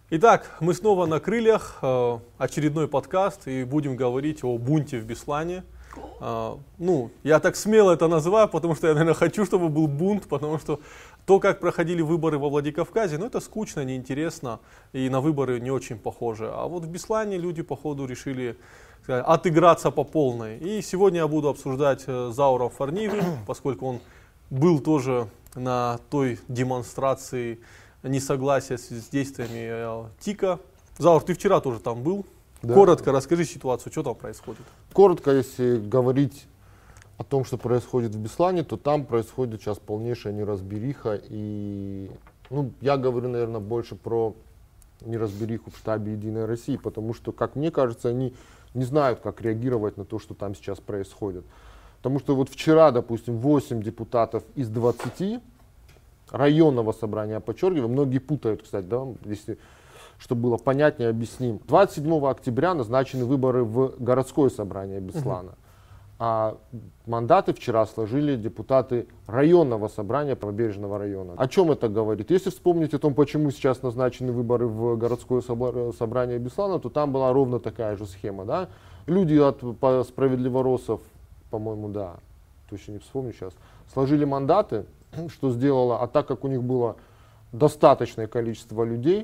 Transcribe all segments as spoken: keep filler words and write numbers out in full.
Итак, мы снова на крыльях, э, очередной подкаст, и будем говорить о бунте в Беслане. Э, ну, я так смело это называю, потому что я, наверное, хочу, чтобы был бунт, потому что то, как проходили выборы во Владикавказе, ну, это скучно, неинтересно, и на выборы не очень похоже. А вот в Беслане люди, походу, решили сказать, отыграться по полной. И сегодня я буду обсуждать э, Заура Фарниева, поскольку он был тоже на той демонстрации несогласия с, с действиями э, ТИКа. Заур, ты вчера тоже там был. Да. Коротко расскажи ситуацию, что там происходит. Коротко, если говорить о том, что происходит в Беслане, то там происходит сейчас полнейшая неразбериха. И ну, я говорю, наверное, больше про неразбериху в штабе «Единой России», потому что, как мне кажется, они не знают, как реагировать на то, что там сейчас происходит. Потому что вот вчера, допустим, восемь депутатов из двадцати районного собрания, я подчеркиваю, многие путают, кстати, да, если, чтобы было понятнее, объясним. двадцать седьмого октября назначены выборы в городское собрание Беслана. Uh-huh. А мандаты вчера сложили депутаты районного собрания Правобережного района. О чем это говорит? Если вспомнить о том, почему сейчас назначены выборы в городское собрание Беслана, то там была ровно такая же схема. Да? Люди от справедливоросов, по-моему, да, точно не вспомню сейчас, сложили мандаты, что сделало, а так как у них было достаточное количество людей,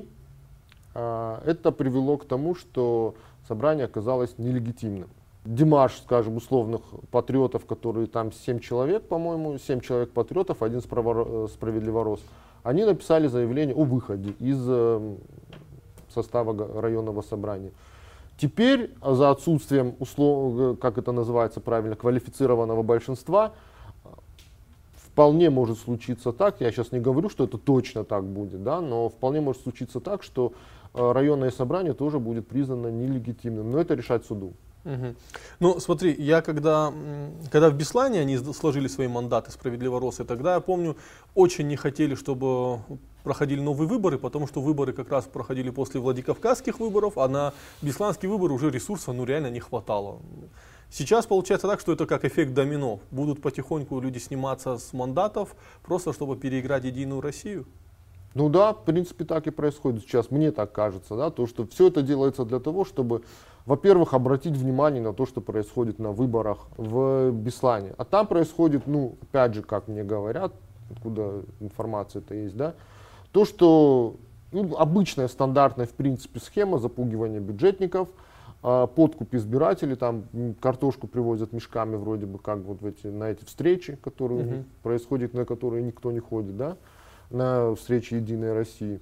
это привело к тому, что собрание оказалось нелегитимным. Демарш, скажем, условных патриотов, которые там семь человек, по-моему, семь человек патриотов, один справедливорос, они написали заявление о выходе из состава районного собрания. Теперь за отсутствием, услов, как это называется правильно, квалифицированного большинства, вполне может случиться так, я сейчас не говорю, что это точно так будет, да, но вполне может случиться так, что районное собрание тоже будет признано нелегитимным, но это решать суду. Угу. Ну, смотри, я когда, когда в Беслане они сложили свои мандаты справедливоросы, тогда, я помню, очень не хотели, чтобы проходили новые выборы, потому что выборы как раз проходили после Владикавказских выборов, а на бесланские выборы уже ресурсов ну, реально не хватало. Сейчас получается так, что это как эффект домино. Будут потихоньку люди сниматься с мандатов, просто чтобы переиграть Единую Россию. Ну да, в принципе, так и происходит сейчас, мне так кажется, да, то, что все это делается для того, чтобы, во-первых, обратить внимание на то, что происходит на выборах в Беслане. А там происходит, ну, опять же, как мне говорят, откуда информация-то есть, да, то, что ну, обычная, стандартная, в принципе, схема запугивания бюджетников, подкуп избирателей, там картошку привозят мешками вроде бы как вот в эти, на эти встречи, которые uh-huh. происходят, на которые никто не ходит, да, на встрече Единой России.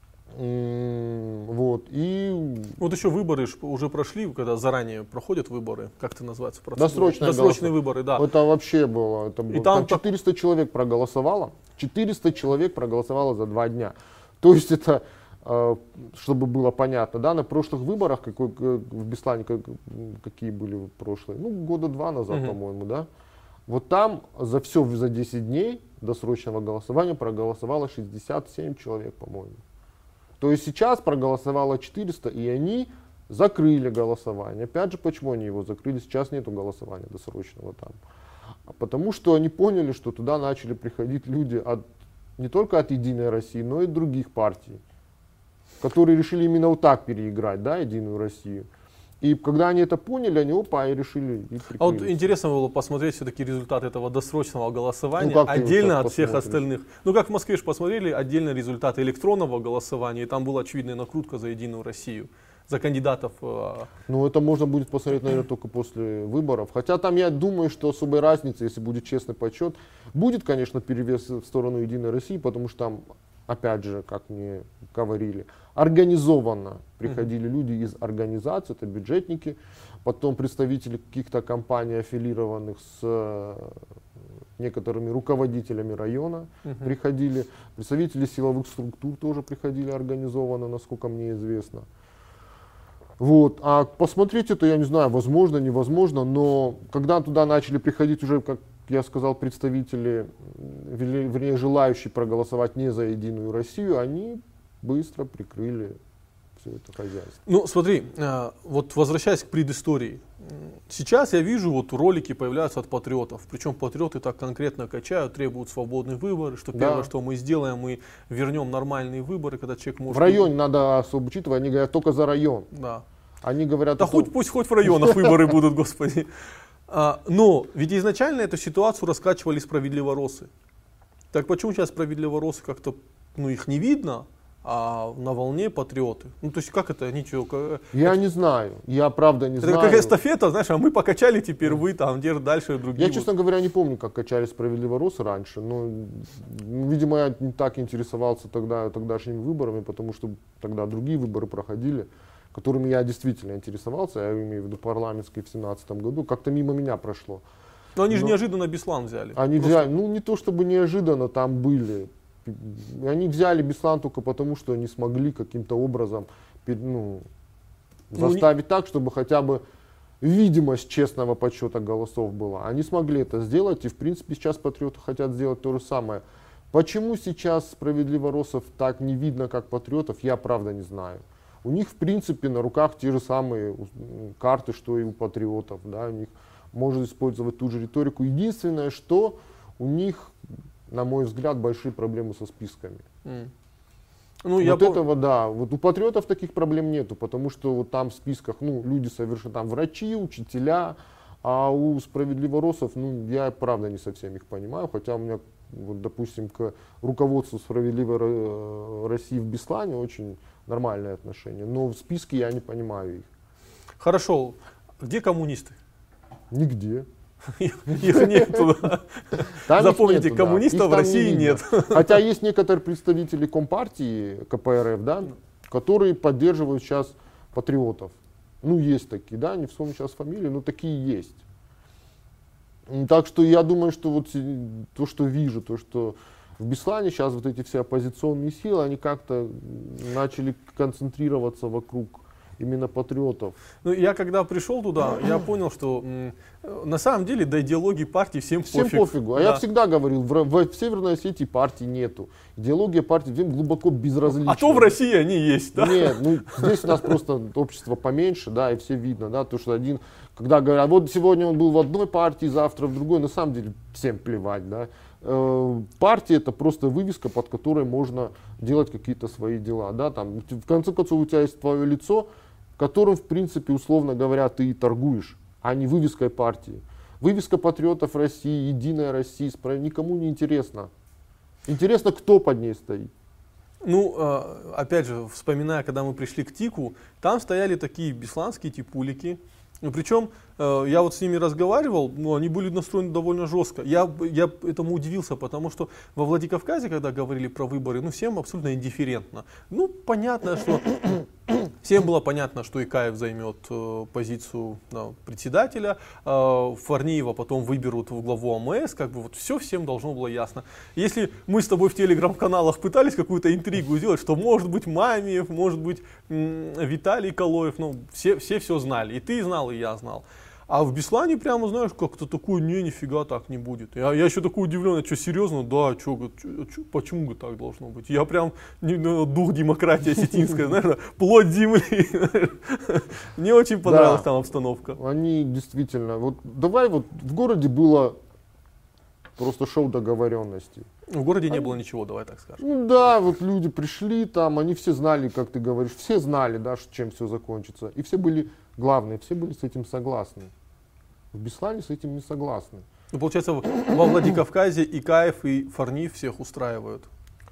Вот, и... вот еще выборы уже прошли, когда заранее проходят выборы, как это называется? Досрочные, Досрочные выборы, да. Это вообще было, это было. И там, там четыреста так... человек проголосовало, четыреста человек проголосовало за два дня. То есть это, чтобы было понятно, да, на прошлых выборах, какой, в Беслане, какие были прошлые, ну, года два назад, угу. по-моему, да, вот там за все, за десять дней досрочного голосования проголосовало шестьдесят семь человек, по-моему. То есть сейчас проголосовало четыреста, и они закрыли голосование. Опять же, почему они его закрыли? Сейчас нету голосования досрочного там. Потому что они поняли, что туда начали приходить люди от, не только от Единой России, но и других партий, которые решили именно вот так переиграть, да, Единую Россию. И когда они это поняли, они опа, и решили. И а вот интересно было посмотреть все-таки результат этого досрочного голосования ну, отдельно от всех остальных. Ну как в Москве же посмотрели отдельно результаты электронного голосования, и там была очевидная накрутка за Единую Россию, за кандидатов. Ну это можно будет посмотреть, наверное, только после выборов. Хотя там я думаю, что особой разницы, если будет честный подсчет, будет, конечно, перевес в сторону Единой России, потому что там, опять же, как мне говорили, организованно приходили mm-hmm. люди из организаций, это бюджетники, потом представители каких-то компаний, аффилированных с некоторыми руководителями района mm-hmm. приходили, представители силовых структур тоже приходили организованно, насколько мне известно. Вот. А посмотреть это, я не знаю, возможно, невозможно, но когда туда начали приходить уже, как я сказал, представители, вернее, желающие проголосовать не за Единую Россию, они быстро прикрыли все это хозяйство. Ну, смотри, вот возвращаясь к предыстории. Сейчас я вижу, вот ролики появляются от патриотов. Причем патриоты так конкретно качают, требуют свободные выборы, что первое, да. что мы сделаем, мы вернем нормальные выборы, когда человек может... В районе надо особо учитывать, они говорят только за район. Да. Они говорят... Да хоть, пусть хоть в районах выборы будут, господи. Но ведь изначально эту ситуацию раскачивали справедливоросы. Так почему сейчас справедливоросы как-то, ну, их не видно, а на волне патриоты? Ну, то есть как это? Ничего. Как... Я не знаю, я правда не это знаю. Это как эстафета, знаешь, а мы покачали, теперь вы там, держите дальше другие. Я, честно говоря, не помню, как качали справедливоросы раньше, но, видимо, я не так интересовался тогда тогдашними выборами, потому что тогда другие выборы проходили, которыми я действительно интересовался, я имею в виду парламентские в семнадцатом году, как-то мимо меня прошло. Но они же но... неожиданно Беслан взяли. Они Просто... взяли, ну не то чтобы неожиданно, там были. Они взяли Беслан только потому, что они смогли каким-то образом ну, заставить ну, так, чтобы хотя бы видимость честного подсчета голосов была. Они смогли это сделать, и в принципе сейчас патриоты хотят сделать то же самое. Почему сейчас справедливоросов так не видно, как патриотов, я правда не знаю. У них в принципе на руках те же самые карты, что и у патриотов. Да, у них можно использовать ту же риторику. Единственное, что у них, на мой взгляд, большие проблемы со списками. Mm. Ну, вот я этого, пом... да. Вот у патриотов таких проблем нету, потому что вот там в списках, ну, люди совершенно там врачи, учителя, а у справедливоросов, ну, я правда не совсем их понимаю, хотя у меня, вот, допустим, к руководству Справедливой России в Беслане очень нормальное отношение, но в списке я не понимаю их. Хорошо. Где коммунисты? Нигде. Их нету. Запомните, нету, коммунистов да. в России не нет. Хотя есть некоторые представители Компартии, ка пэ эр эф, да, которые поддерживают сейчас патриотов. Ну, есть такие, да, не вспомню сейчас фамилии, но такие есть. Так что я думаю, что вот то, что вижу, то, что в Беслане сейчас вот эти все оппозиционные силы, они как-то начали концентрироваться вокруг именно патриотов. Ну, я когда пришел туда, я понял, что м, на самом деле до идеологии партии всем, всем пофиг. пофигу. А да. Я всегда говорил, в, в, в Северной Осетии партии нету. Идеология партии всем глубоко безразлична. А то в России они есть, да? Нет, ну здесь у нас просто общество поменьше, да, и все видно, да, то что один, когда говорят, вот сегодня он был в одной партии, завтра в другой, на самом деле всем плевать, да. Партия — это просто вывеска, под которой можно делать какие-то свои дела, да, там, в конце концов у тебя есть твое лицо, которым, в принципе, условно говоря, ты и торгуешь, а не вывеской партии. Вывеска патриотов России, Единая Россия, никому не интересно. Интересно, кто под ней стоит. Ну, опять же, вспоминая, когда мы пришли к ТИКу, там стояли такие бесланские типулики. Ну, причем э, я вот с ними разговаривал, ну, они были настроены довольно жестко. Я, я этому удивился, потому что во Владикавказе, когда говорили про выборы, ну, всем абсолютно индифферентно. Ну, понятно, что всем было понятно, что Икаев займет э, позицию э, председателя, э, Фарниева потом выберут в главу а эм эс, как бы вот все всем должно было ясно. Если мы с тобой в телеграм-каналах пытались какую-то интригу сделать, что может быть Мамиев, может быть м- Виталий Калоев, ну, все, все все знали, и ты знал, и я знал. А в Беслане прямо, знаешь, как-то такое, не, нифига так не будет. Я, я еще такой удивленный, что серьезно, да, чё, чё, чё, почему так должно быть? Я прям не, ну, дух демократии осетинская, знаешь, плоть земли. Мне очень понравилась да, там обстановка. Они действительно, вот давай вот в городе было просто шоу договоренностей. В городе не было ничего, давай так скажем. Ну да, вот люди пришли там, они все знали, как ты говоришь, все знали, да, чем все закончится. И все были, главное, все были с этим согласны. В Беслане с этим не согласны. Ну, получается, во Владикавказе Икаев и Фарниев всех устраивают.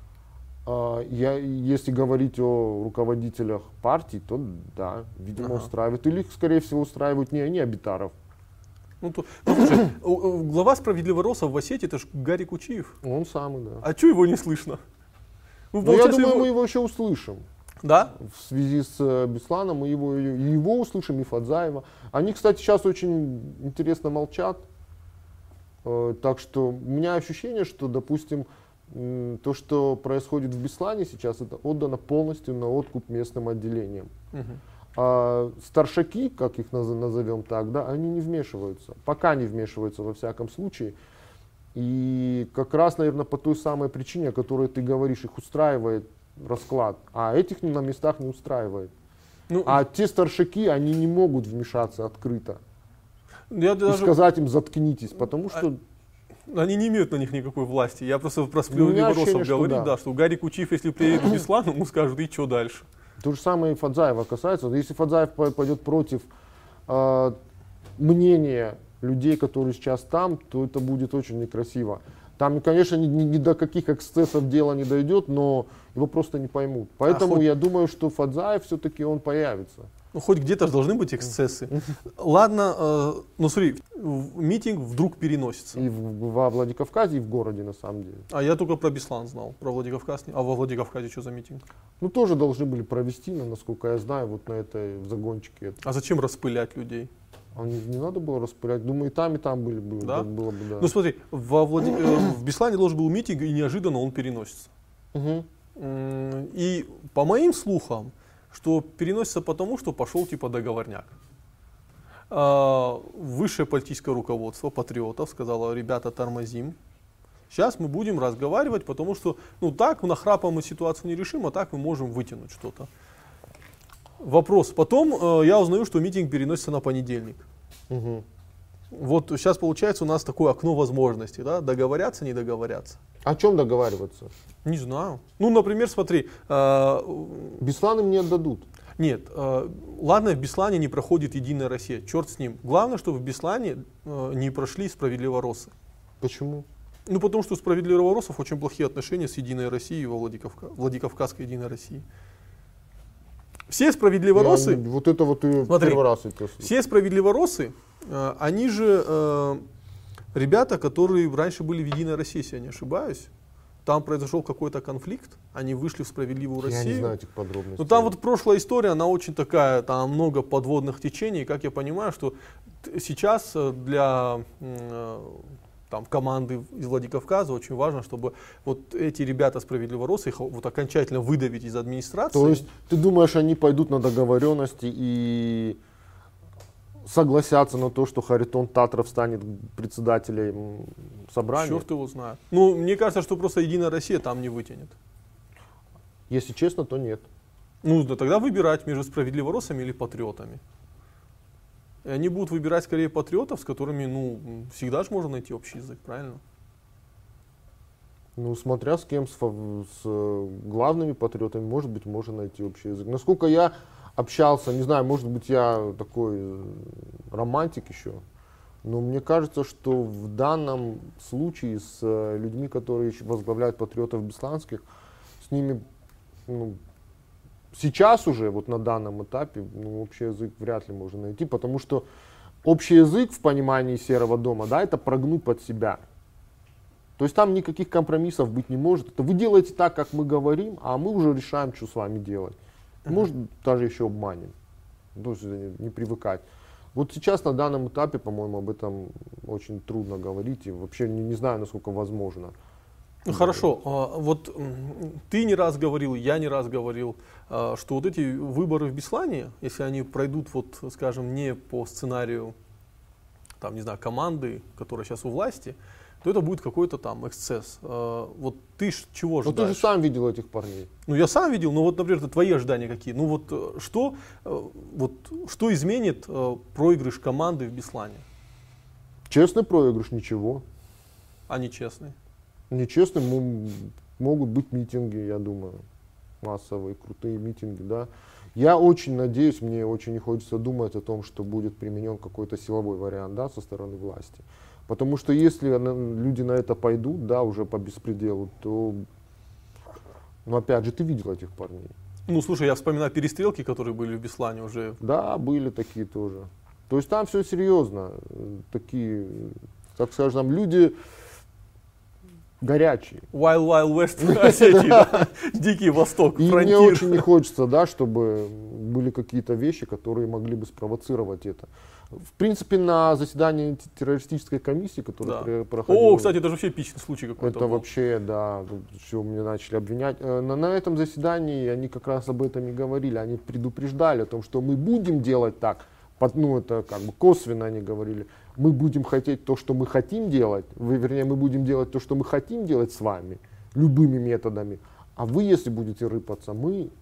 А, я, если говорить о руководителях партий, то да, видимо, ага. устраивают. Или их, скорее всего, устраивают не они, а Битаров. Ну, то, ну слушай, глава Справедливоросов в Осетии, это же Гарри Кучиев. Он самый, да. А что его не слышно? Ну, ну я думаю, его... мы его еще услышим. Да? В связи с Бесланом мы его, его услышим, и Фадзаева. Они, кстати, сейчас очень интересно молчат. Так что у меня ощущение, что, допустим, то, что происходит в Беслане сейчас, это отдано полностью на откуп местным отделениям. Угу. А старшаки, как их назовем так, да, они не вмешиваются. Пока не вмешиваются во всяком случае. И как раз, наверное, по той самой причине, о которой ты говоришь, их устраивает расклад, а этих на местах не устраивает. Ну, А те старшаки, они не могут вмешаться открыто я и даже, сказать им заткнитесь, потому что они не имеют на них никакой власти. Я просто про Ну, у меня справедливоросов ощущение, что говорил, да. да, что Гарик Учив, если приедет в Беслан, ему скажут, и что дальше? то же самое и Фадзаева касается. Если Фадзаев по- пойдет против э, мнения людей, которые сейчас там, то это будет очень некрасиво. Там, конечно, ни, ни- ни до каких эксцессов дело не дойдет, но его просто не поймут. Поэтому хоть- я думаю, что Фадзаев все-таки он появится. Ну, хоть где-то же должны быть эксцессы. Ладно, э, ну смотри, в- митинг вдруг переносится. И в- во Владикавказе, и в городе на самом деле. А я только про Беслан знал, про Владикавказ. не- А во Владикавказе что за митинг? Ну, тоже должны были провести, но, насколько я знаю, вот на этой в загончике. это. А зачем распылять людей? А не, не надо было распылять. Думаю, и там, и там были бы. Да? Было бы, да. Ну смотри, во Влади- э, в Беслане должен был митинг, и неожиданно он переносится. Мгм. М, И по моим слухам, что переносится потому, что пошел типа договорняк. А, Высшее политическое руководство патриотов сказало: ребята, тормозим. Сейчас мы будем разговаривать, потому что, ну так, нахрапом мы ситуацию не решим, а так мы можем вытянуть что-то. Вопрос. Потом э, я узнаю, что митинг переносится на понедельник. Мгм. Вот сейчас получается у нас такое окно возможностей, да? Договорятся, не договорятся. О чем договариваться? Не знаю. Ну, например, смотри, э, Беслан им не отдадут. нет, э, ладно, в Беслане не проходит Единая Россия, черт с ним. Главное, чтобы в Беслане э, не прошли справедливоросы. Почему? Ну, потому что у справедливоросов очень плохие отношения с Единой Россией во Владикавка... Владикавказской Единой России. Все справедливоросы, Я не- вот это вот и Смотри, первый раз это слышу. все справедливоросы, э, они же э, ребята, которые раньше были в Единой России, если я не ошибаюсь. Там произошел какой-то конфликт, они вышли в справедливую Я Россию. не знаю этих подробностей. Ну там вот прошлая история, она очень такая, там много подводных течений, как я понимаю, что т- сейчас э, для м, э, там, команды из Владикавказа очень важно, чтобы вот эти ребята справедливоросы их вот окончательно выдавить из администрации. То есть ты думаешь, они пойдут на договоренности и согласятся на то, что Харитон Татров станет председателем собрания? Черт его знает. Ну, мне кажется, что просто Единая Россия там не вытянет. Если честно, то нет. Ну, да, тогда выбирать между справедливоросами или патриотами. И они будут выбирать скорее патриотов, с которыми, ну, всегда же можно найти общий язык, правильно? Ну, смотря с кем, с, фа- с э, главными патриотами, может быть, можно найти общий язык. Насколько я общался, не знаю, может быть, я такой э, романтик еще, но мне кажется, что в данном случае с э, людьми, которые еще возглавляют патриотов бесланских, с ними ну, сейчас уже, вот на данном этапе, ну, общий язык вряд ли можно найти, потому что общий язык в понимании Серого дома, да, это прогнуть под себя. То есть там никаких компромиссов быть не может. Это вы делаете так, как мы говорим, а мы уже решаем, что с вами делать. Может, даже еще обманем. То есть не, не привыкать. Вот сейчас на данном этапе, по-моему, об этом очень трудно говорить. И вообще не, не знаю, насколько возможно. Ну, хорошо, а, вот м, ты не раз говорил, я не раз говорил, а, что вот эти выборы в Беслане, если они пройдут, вот, скажем, не по сценарию, там, не знаю, команды, которая сейчас у власти, то это будет какой-то там эксцесс. А, Вот ты ж чего Но ты же ожидаешь? сам видел этих парней. Ну, я сам видел, но вот, например, это твои ожидания какие? Ну, вот э, что, э, вот, что изменит э, проигрыш команды в Беслане, Честный проигрыш, ничего. а не честный? Нечестным м- могут быть митинги, я думаю. Массовые, крутые митинги, да. Я очень надеюсь, мне очень не хочется думать о том, что будет применен какой-то силовой вариант, да, со стороны власти. Потому что если на- люди на это пойдут, да, уже по беспределу, то, ну, опять же, ты видел этих парней. Ну, слушай, я вспоминаю перестрелки, которые были в Беслане уже. Да, были такие тоже. То есть там все серьезно. Э, Такие, так скажем, люди горячие. Wild Wild West Осетии, да? Дикий Восток, И мне фронтир. очень не хочется, да, чтобы были какие-то вещи, которые могли бы спровоцировать это. В принципе, на заседании т- террористической комиссии, которая Да. пре- проходила, О, кстати, это же вообще эпичный случай какой-то это был. вообще, да, все меня начали обвинять. Э, На, на этом заседании они как раз об этом и говорили. Они предупреждали о том, что мы будем делать так. Под- Ну, это как бы косвенно они говорили. Мы будем хотеть то, что мы хотим делать. Вы, вернее, мы будем делать то, что мы хотим делать с вами, любыми методами. А вы, если будете рыпаться, мы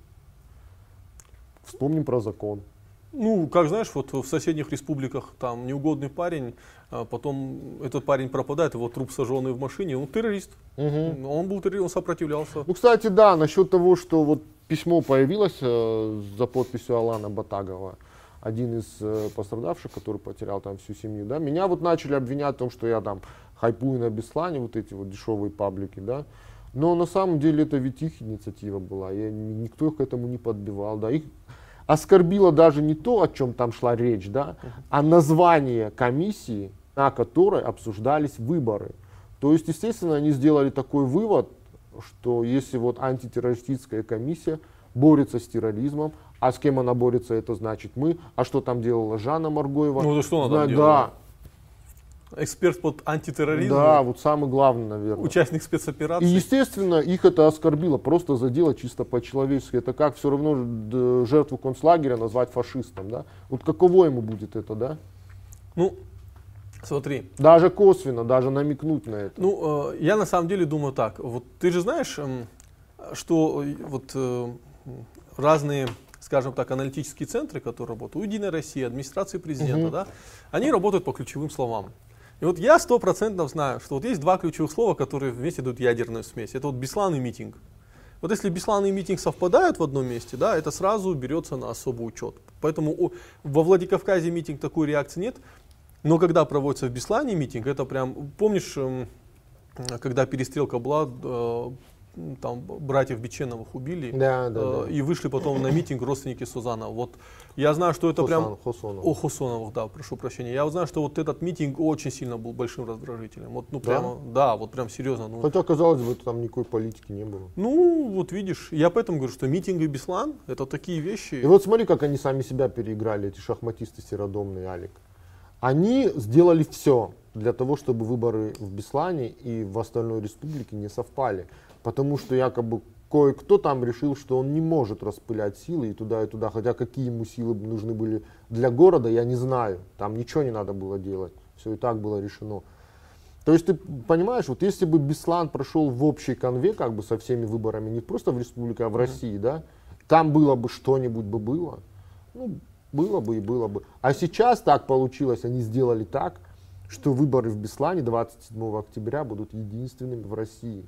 вспомним про закон. Ну, как знаешь, вот в соседних республиках там неугодный парень, а потом этот парень пропадает, его труп сожженный в машине, он террорист. Угу. Он был террорист, он сопротивлялся. Ну, кстати, да, насчет того, что вот письмо появилось э, за подписью Алана Батагова, один из э, пострадавших, который потерял там всю семью, да, меня вот начали обвинять в том, что я там хайпую на Беслане, вот эти вот дешевые паблики, да. Но на самом деле это ведь их инициатива была, я, никто их к этому не подбивал, да. Их оскорбило даже не то, о чем там шла речь, да, а название комиссии, на которой обсуждались выборы. То есть, естественно, они сделали такой вывод, что если вот антитеррористическая комиссия борется с терроризмом, а с кем она борется, это значит мы, а что там делала Жанна Маргоева? Ну, это что она да, там делала? Да. Эксперт под антитерроризм, Да, вот самый главный, наверное. участник спецоперации. И, естественно, их это оскорбило, просто задело чисто по-человечески. Это как все равно жертву концлагеря назвать фашистом, да? Вот каково ему будет это, да? Ну, смотри. Даже косвенно, даже намекнуть на это. Ну, э, я на самом деле думаю так. Вот ты же знаешь, э, что э, вот э, разные, скажем так, аналитические центры, которые работают, у Единой России, администрации президента, Угу. да, они работают по ключевым словам. И вот я сто процентов знаю, что вот есть два ключевых слова, которые вместе дают ядерную смесь. Это вот Беслан и митинг. Вот если Беслан и митинг совпадают в одном месте, да, это сразу берется на особый учет. Поэтому о, во Владикавказе митинг такой реакции нет. Но когда проводится в Беслане митинг, это прям, помнишь, э, когда перестрелка была, э, там братьев Биченовых убили, Да, да, э, да. и вышли потом на митинг родственники Сузанова. Вот я знаю, что это Хосан, прям... Хосонов. О, Хосоновых, да, прошу прощения. Я вот знаю, что вот этот митинг очень сильно был большим раздражителем. Вот, ну, Да? прямо, да, вот прям серьезно. Ну, Хотя, казалось бы, там никакой политики не было. ну, вот видишь, я поэтому говорю, что митинг и Беслан — это такие вещи. И вот смотри, как они сами себя переиграли, эти шахматисты Серодомный, Алик. Они сделали все для того, чтобы выборы в Беслане и в остальной республике не совпали. Потому что якобы кое-кто там решил, что он не может распылять силы и туда, и туда. Хотя какие ему силы нужны были для города, я не знаю. Там ничего не надо было делать. Все и так было решено. То есть ты понимаешь, вот если бы Беслан прошел в общей конве, как бы со всеми выборами, не просто в республике, а в России, да, там было бы что-нибудь бы было. Ну, было бы и было бы. А сейчас так получилось, они сделали так, что выборы в Беслане двадцать седьмого октября будут единственными в России.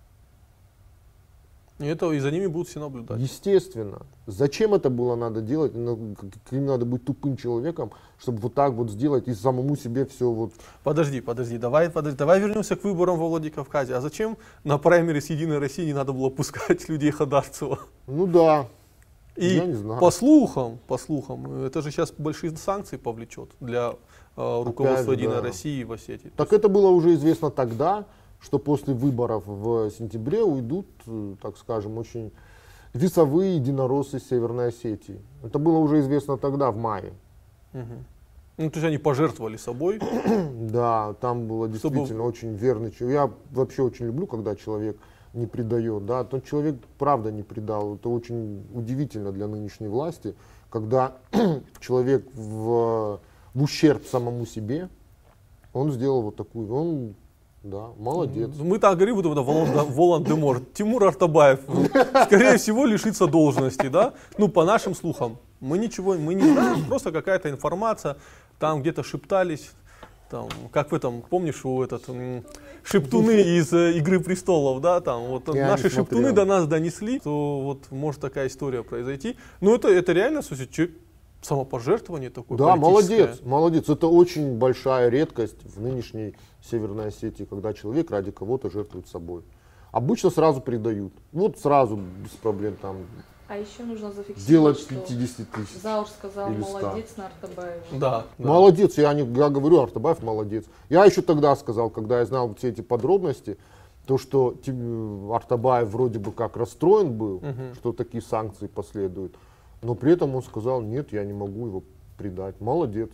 И, это, и за ними будут все наблюдать. Естественно. Зачем это было надо делать? Ну, каким надо быть тупым человеком, чтобы вот так вот сделать и самому себе все вот... Подожди, подожди, давай, подожди, давай вернемся к выборам во Владикавказе. А зачем на праймерис Единой России не надо было пускать людей Ходорцева? Ну да. И Я не знаю. по слухам, по слухам, это же сейчас большие санкции повлечет для э, руководства же, Единой да. России в Осетии. Так это было уже известно тогда, что после выборов в сентябре уйдут, э, так скажем, очень весовые единороссы Северной Осетии. Это было уже известно тогда, в мае. Угу. Ну, то есть они пожертвовали собой. Да, там было действительно Чтобы... очень верный человек. Я вообще очень люблю, когда человек не предает. Да, тот человек правда не предал. Это очень удивительно для нынешней власти, когда человек в, в ущерб самому себе, он сделал вот такую, он, да, молодец. Мы так говорим, вот это Волан-де-Мор. Тимур Артабаев, скорее всего, лишится должности, да? Ну, по нашим слухам. Мы ничего, мы не знаем, просто какая-то информация, там где-то шептались. Там, как в этом, помнишь, у этот, м, шептуны из э, «Игры престолов», да, там, вот Я наши не шептуны смотрел. до нас донесли, то вот может такая история произойти. Но это, это реально, слушай, че- самопожертвование такое Да, политическое. молодец, молодец. Это очень большая редкость в нынешней Северной Осетии, когда человек ради кого-то жертвует собой. Обычно сразу предают. Вот сразу, без проблем там. А еще нужно зафиксировать, Делать что пятьдесят тысяч. Заур сказал или ста. молодец на Артабаева. Да, да. Молодец, я, не, я говорю, Артабаев молодец. Я еще тогда сказал, когда я знал все эти подробности, то, что Тим- Артабаев вроде бы как расстроен был, Мгм. что такие санкции последуют, но при этом он сказал, нет, я не могу его предать. Молодец.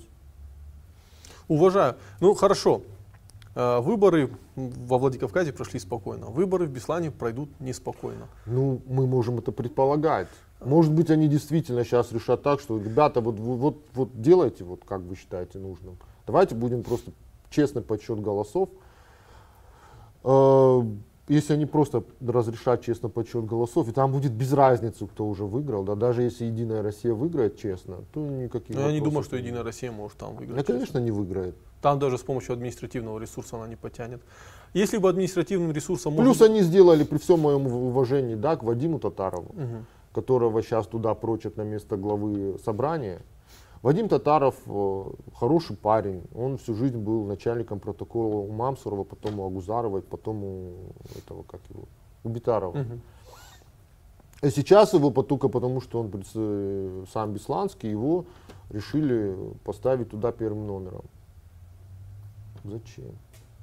Уважаю. Ну, хорошо. Э, Выборы во Владикавказе прошли спокойно. Выборы в Беслане пройдут неспокойно. Ну, мы можем это предполагать. Может быть, они действительно сейчас решат так, что, ребята, вот, вот, вот делайте, вот как вы считаете нужным. Давайте будем просто честный подсчет голосов. Э, если они просто разрешат честно подсчет голосов, и там будет без разницы, кто уже выиграл, да, даже если Единая Россия выиграет честно, то никаких. Но я не думаю, вопросов что не Единая будет. Россия может там выиграть. Да, честно. конечно, не выиграет. Там даже с помощью административного ресурса она не потянет. Если бы административным ресурсом... Плюс может... они сделали, при всем моем уважении, да, к Вадиму Татарову, Мгм. которого сейчас туда прочат на место главы собрания. Вадим Татаров э, хороший парень, он всю жизнь был начальником протокола у Мамсурова, потом у Агузарова, потом у этого, как его, у Битарова. Мгм. И сейчас его только потому, что он э, сам Бесланский, его решили поставить туда первым номером. Зачем?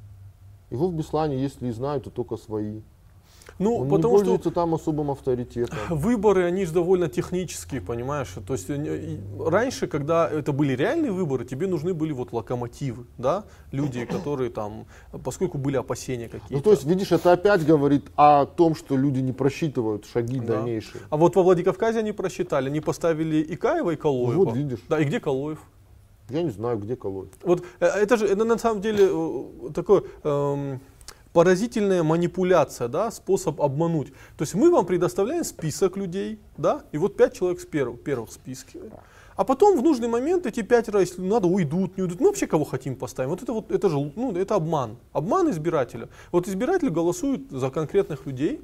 Его в Беслане, если и знают, то только свои. Ну, Он не потому что пользуется там особым авторитетом. выборы, они же довольно технические, понимаешь? То есть э, и раньше, когда это были реальные выборы, тебе нужны были вот локомотивы, да? Люди, которые там, поскольку были опасения какие-то. Ну, то есть, видишь, это опять говорит о том, что люди не просчитывают шаги Да. дальнейшие. А вот во Владикавказе они просчитали, они поставили и Икаева, и Калоева. Ну, вот видишь. Да, и где Калоев? Я не знаю, где колоть. Вот э, это же это на самом деле э, такое эм, поразительная манипуляция, да, способ обмануть. То есть мы вам предоставляем список людей, да, и вот пять человек с первого, первого в списке. А потом в нужный момент эти пятеро, если надо, уйдут, не уйдут. Мы вообще кого хотим поставим. Вот это вот это же, ну, это обман. Обман избирателя. Вот избиратели голосуют за конкретных людей,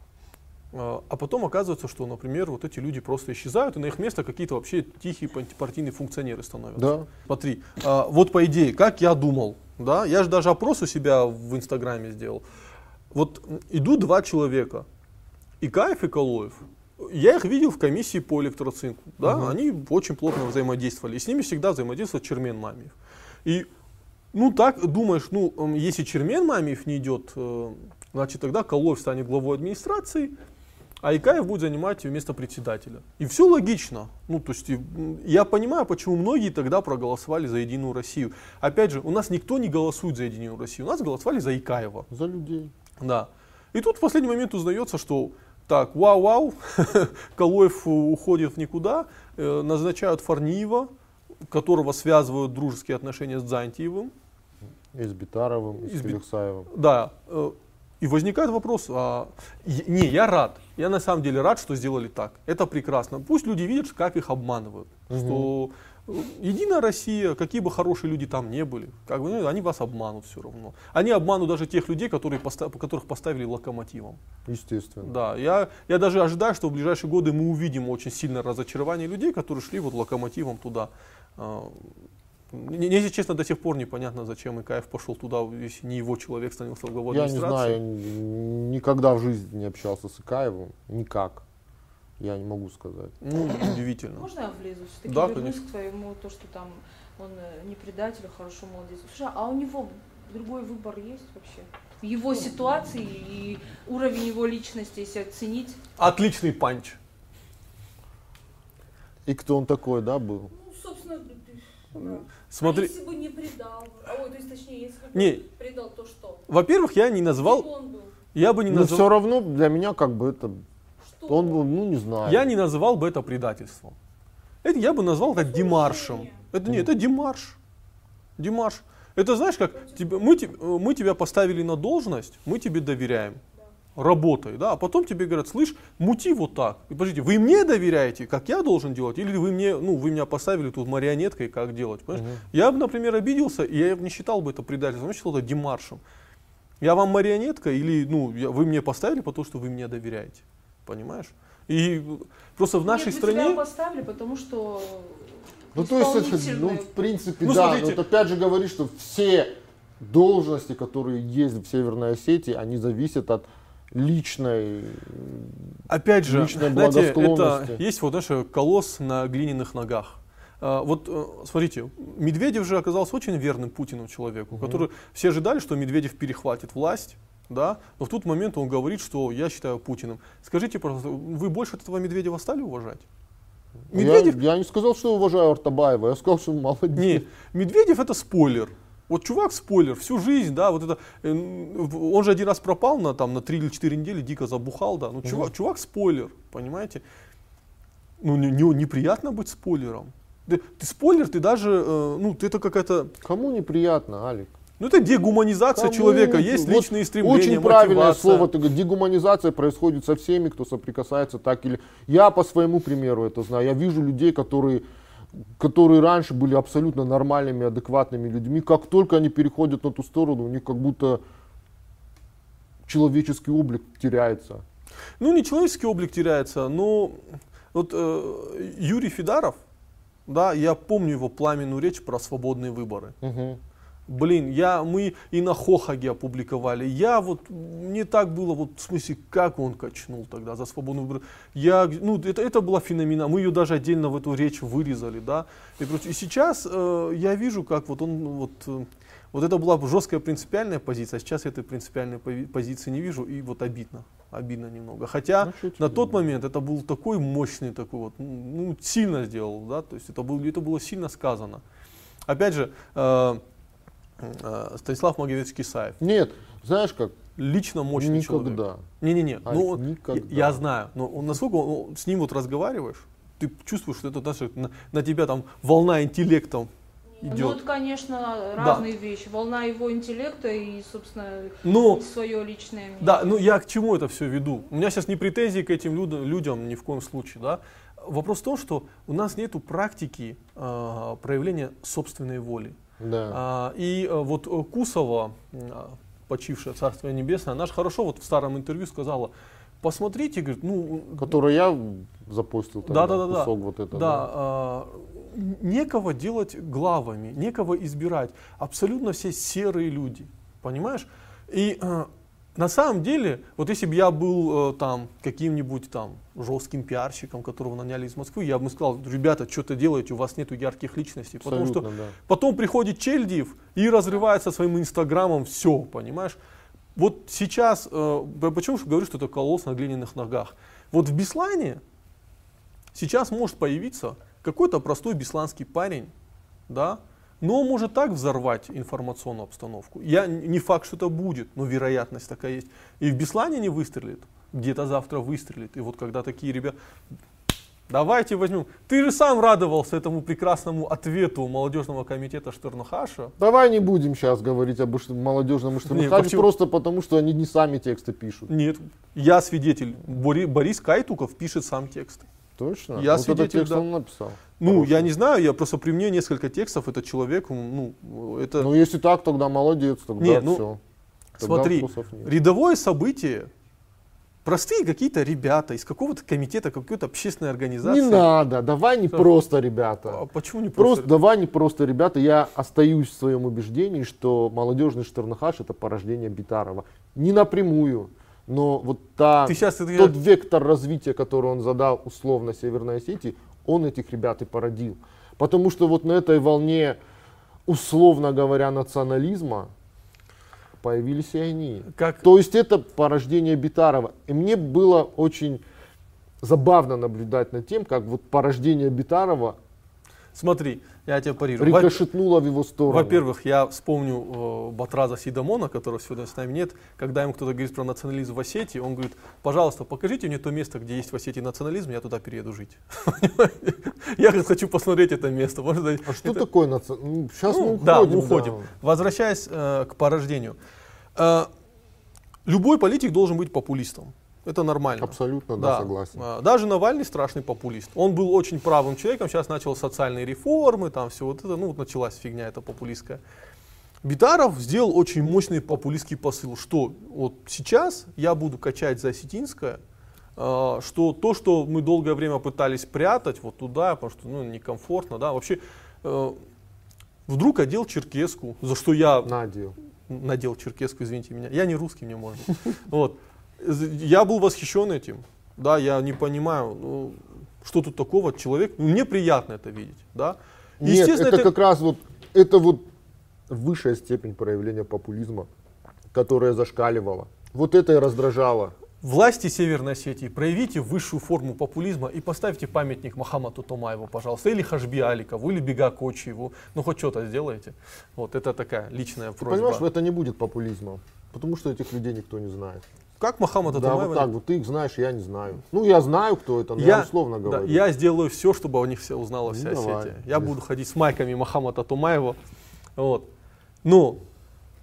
э, а потом оказывается, что, например, вот эти люди просто исчезают, и на их место какие-то вообще тихие партийные функционеры становятся. Да. Смотри, а, вот по идее, как я думал, да, я же даже опрос у себя в Инстаграме сделал. Вот м, идут два человека, Икаев и Калоев. Я их видел в комиссии по электроцинку, да, Мгм. они очень плотно взаимодействовали, и с ними всегда взаимодействовал Чермен Мамиев. И, ну так, думаешь, ну, м, если Чермен Мамиев не идет, э, значит тогда Калоев станет главой администрации, а Икаев будет занимать место председателя. И все логично. Ну, то есть, и, м, я понимаю, почему многие тогда проголосовали за Единую Россию. Опять же, у нас никто не голосует за Единую Россию, у нас голосовали за Икаева. За людей. Да. И тут в последний момент узнается, что так, вау-вау, Калоев уходит в никуда, э, назначают Фарниева, которого связывают дружеские отношения с Дзантиевым. И с Битаровым, и И с с Бит- Пелехсаевым. Да. э, И возникает вопрос, а, е- не, я рад, я на самом деле рад, что сделали так. Это прекрасно. Пусть люди видят, как их обманывают. Мгм. Что э, Единая Россия, какие бы хорошие люди там не были, как бы, ну, они вас обманут все равно. Они обманут даже тех людей, которые поста- которых поставили локомотивом. Естественно. Да, я, я даже ожидаю, что в ближайшие годы мы увидим очень сильное разочарование людей, которые шли вот локомотивом туда. А, Мне, если честно, до сих пор непонятно, зачем Икаев пошел туда, если не его человек становился главой Я не администрации. знаю, я н- никогда в жизни не общался с Икаевым. Никак. Я не могу сказать. Ну, удивительно. Можно я влезу? Все-таки Да, вернусь конечно. к твоему, то, что там он э, не предатель, а хорошо молодец. Слушай, а у него другой выбор есть вообще? В его ситуации и уровень его личности, если оценить. Отличный панч. И кто он такой, да, был? Ну, собственно, да. Смотри, А если бы не предал? А, ой, то есть, точнее, если бы Не. предал, то что? во-первых, я не Кем назвал, он был? я бы не Но назвал, все равно для меня как бы это... Что? Он был, ну не знаю. я не называл бы это предательством. Это я бы назвал это демаршем. Это не, это демарш. Демарш. Это знаешь как, тебе, мы, те- мы тебя поставили на должность, мы тебе доверяем. Работай, да, а потом тебе говорят, слышь, мути вот так. И подождите, вы мне доверяете, как я должен делать, или вы мне, ну, вы меня поставили тут марионеткой, как делать, понимаешь? Мгм. Я бы, например, обиделся, и я не считал бы это предательством, я считал это демаршем. Я вам марионетка, или, ну, я- вы мне поставили, потому что вы мне доверяете, понимаешь? И просто в нашей Нет, вы стране... тебя поставили, потому что Ну то есть, это, ну исполнительную- в принципе, Ну, да, смотрите. но вот опять же говорит, что все должности, которые есть в Северной Осетии, они зависят от личной... Опять же, личной знаете, это благосклонности. есть вот наш колосс на глиняных ногах. А, Вот э, смотрите, Медведев же оказался очень верным Путину человеку, который все ожидали, что Медведев перехватит власть, да, но в тот момент он говорит, что я считаю Путиным. Скажите, пожалуйста, вы больше от этого Медведева стали уважать? Медведев, Я, я не сказал, что уважаю Артабаева, я сказал, что он молодец. не, Медведев это спойлер. Вот чувак спойлер, всю жизнь, да, вот это, э, он же один раз пропал на, там, на три или четыре недели, дико забухал, да, ну чувак, чувак спойлер, понимаете? Ну не, не- неприятно быть спойлером. Ты, ты спойлер, ты даже, э, ну ты это какая-то, Кому неприятно, Алик? Ну это дегуманизация Кому? человека, есть Вот личные стремления, очень правильное мотивация. слово. ты говоришь, Дегуманизация происходит со всеми, кто соприкасается так или... Я по своему примеру это знаю. Я вижу людей, которые, которые раньше были абсолютно нормальными, адекватными людьми. Как только они переходят на ту сторону, у них как будто человеческий облик теряется. Ну не человеческий облик теряется, но вот э, Юрий Фидаров, да, я помню его пламенную речь про свободные выборы. Угу. Блин, я, мы и на Хохаге опубликовали. Я вот, мне так было, вот в смысле, как он качнул тогда за свободный выбор. Я, ну, это, это была феноменально. Мы ее даже отдельно в эту речь вырезали, да. И, короче, и сейчас э, я вижу, как вот он, вот, э, вот это была жесткая принципиальная позиция, а сейчас я этой принципиальной пози- позиции не вижу, и вот обидно. Обидно немного. Хотя Ну, на тот момент это был такой мощный, такой вот, ну, сильно сделал, да, то есть это, был, это было сильно сказано. Опять же, э, Станислав Магомедович Исаев. Нет, знаешь как? Лично мощный человек. Никогда. Не-не-не, А, ну, никогда. я, я знаю, но он, насколько он, он- с ним вот разговариваешь, ты чувствуешь, что это даже на, на тебя там волна интеллекта Ну, идет. это, конечно, разные вещи. Волна его интеллекта и, собственно, Но, свое личное мнение. да, ну я к чему это все веду? У меня сейчас не претензии к этим людям, людям ни в коем случае, да. Вопрос в том, что у нас нету практики э, проявления собственной воли. Да. А, и а, вот э, Кусова, а, почившая Царствие Небесное, она же хорошо вот в старом интервью сказала, посмотрите, говорит, ну... Который я запостил тогда, Да, да, да, да. кусок вот это. Да, а, некого делать главами, некого избирать. Абсолютно все серые люди, понимаешь? И а, на самом деле, вот если бы я был а, там каким-нибудь там жестким пиарщиком, которого наняли из Москвы, я бы сказал, ребята, что-то делаете, у вас нету ярких личностей. Потому Абсолютно, что да. потом приходит Чельдиев и разрывается своим инстаграмом все, понимаешь? Вот сейчас, э, почему же говорю, что это колосс на глиняных ногах? Вот в Беслане сейчас может появиться какой-то простой бесланский парень, да, но он может так взорвать информационную обстановку. Я, не факт, что это будет, но вероятность такая есть. И в Беслане не выстрелит, где-то завтра выстрелит. И вот когда такие ребята... Давайте возьмем. Ты же сам радовался этому прекрасному ответу молодежного комитета Штернхаша. Давай не будем сейчас говорить об ш- молодежном Штернхазе, почему? просто потому, что они не сами тексты пишут. Нет, я свидетель. Бори- Борис Кайтуков пишет сам тексты. Точно? Я вот свидетель, этот текст да. он написал. Ну, Хороший. я не знаю, я просто при мне несколько текстов, этот человек, ну, это... Ну, если так, тогда молодец, тогда Не, ну, все. Смотри, рядовое событие, простые какие-то ребята из какого-то комитета, какой-то общественной организации. Не надо, давай не Что? просто, ребята. А почему не Просто просто? давай не просто, ребята. Я остаюсь в своем убеждении, что молодежный Штернхаш это порождение Битарова. Не напрямую, но вот та, Ты сейчас это- тот вектор развития, который он задал условно Северной Осетии, он этих ребят и породил. Потому что вот на этой волне, условно говоря, национализма появились и они. Как... То есть это порождение Битарова. И мне было очень забавно наблюдать над тем, как вот порождение Битарова Смотри, я тебя парирую. Во- рикошетнуло в его сторону. Во-первых, я вспомню э, Батраза Сидамона, которого сегодня с нами нет. Когда ему кто-то говорит про национализм в Осетии, он говорит, пожалуйста, покажите мне то место, где есть в Осетии национализм, я туда перееду жить. Я хочу посмотреть это место. А что такое национализм? Сейчас мы Ну, уходим. да, мы уходим. Возвращаясь э, к порождению. Э, любой политик должен быть популистом. Это нормально. Абсолютно, да, согласен. А, Даже Навальный страшный популист. Он был очень правым человеком, сейчас начал социальные реформы, там все вот это, ну вот началась фигня эта популистская. Битаров сделал очень мощный популистский посыл, что вот сейчас я буду качать за осетинское, а, что то, что мы долгое время пытались прятать вот туда, потому что ну, некомфортно, да, вообще э, вдруг одел черкеску, за что я Надел. надел черкеску, извините меня, я не русский, мне можно. Вот. Я был восхищен этим, да, я не понимаю, ну, что тут такого, человек, ну, мне приятно это видеть, да. Нет, это, как раз вот, это вот высшая степень проявления популизма, которая зашкаливала. Вот это и раздражало. Власти Северной Осетии, проявите высшую форму популизма и поставьте памятник Мохаммаду Томаеву, пожалуйста, или Хашби Аликову, или Бега Кочиеву, ну хоть что-то сделайте. Вот, это такая личная Ты просьба. понимаешь, это не будет популизмом, потому что этих людей никто не знает. Как Мохаммада Да, Томаева? вот так вот, ты их знаешь, я не знаю. Ну, я знаю, кто это, но я, условно да, говорю. я сделаю все, чтобы о них все узнала вся Ну, давай. Осетия. Я буду ходить с майками Мохаммада Томаева. Вот. Ну,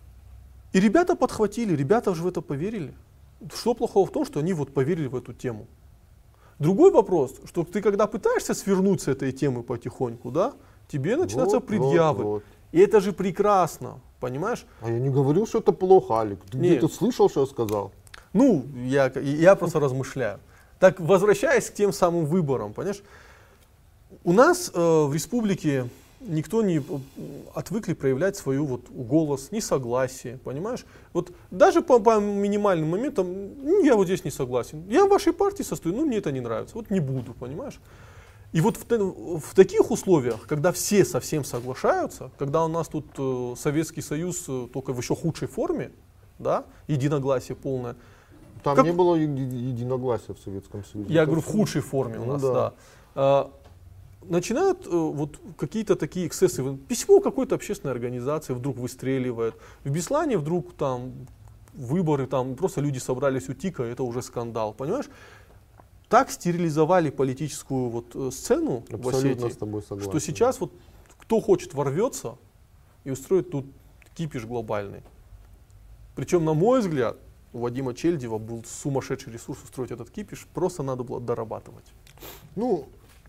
И ребята подхватили, ребята же в это поверили. Что плохого в том, что они вот поверили в эту тему? Другой вопрос, что ты когда пытаешься свернуть с этой темы потихоньку, да, тебе начинаются Вот, предъявы. вот, вот. И это же прекрасно, понимаешь? А я не говорил, что это плохо, Алик. Ты Нет. где-то слышал, что я сказал? Ну, я, я просто размышляю. Так, возвращаясь к тем самым выборам, понимаешь, у нас э, в республике никто не отвыкли проявлять свою вот голос, несогласие, понимаешь? Вот даже по, по минимальным моментам, ну, я вот здесь не согласен. Я в вашей партии состою, ну мне это не нравится, вот не буду, понимаешь? И вот в, в таких условиях, когда все совсем соглашаются, когда у нас тут э, Советский Союз э, только в еще худшей форме, да, единогласие полное. Там Как- не было еди- единогласия в Советском Союзе. Я Это говорю, в всё- худшей форме у Ну нас, да. да. А, начинают э, вот какие-то такие эксцессы. Письмо какой-то общественной организации вдруг выстреливает. В Беслане вдруг там выборы, там просто люди собрались у ТИКа, это уже скандал, понимаешь? Так стерилизовали политическую вот э, сцену в Абсолютно Осетии, с тобой согласен. что сейчас вот кто хочет ворвется и устроит тут кипиш глобальный. Причем, на мой взгляд, у Вадима Чельдева был сумасшедший ресурс устроить этот кипиш, просто надо было дорабатывать. Ну,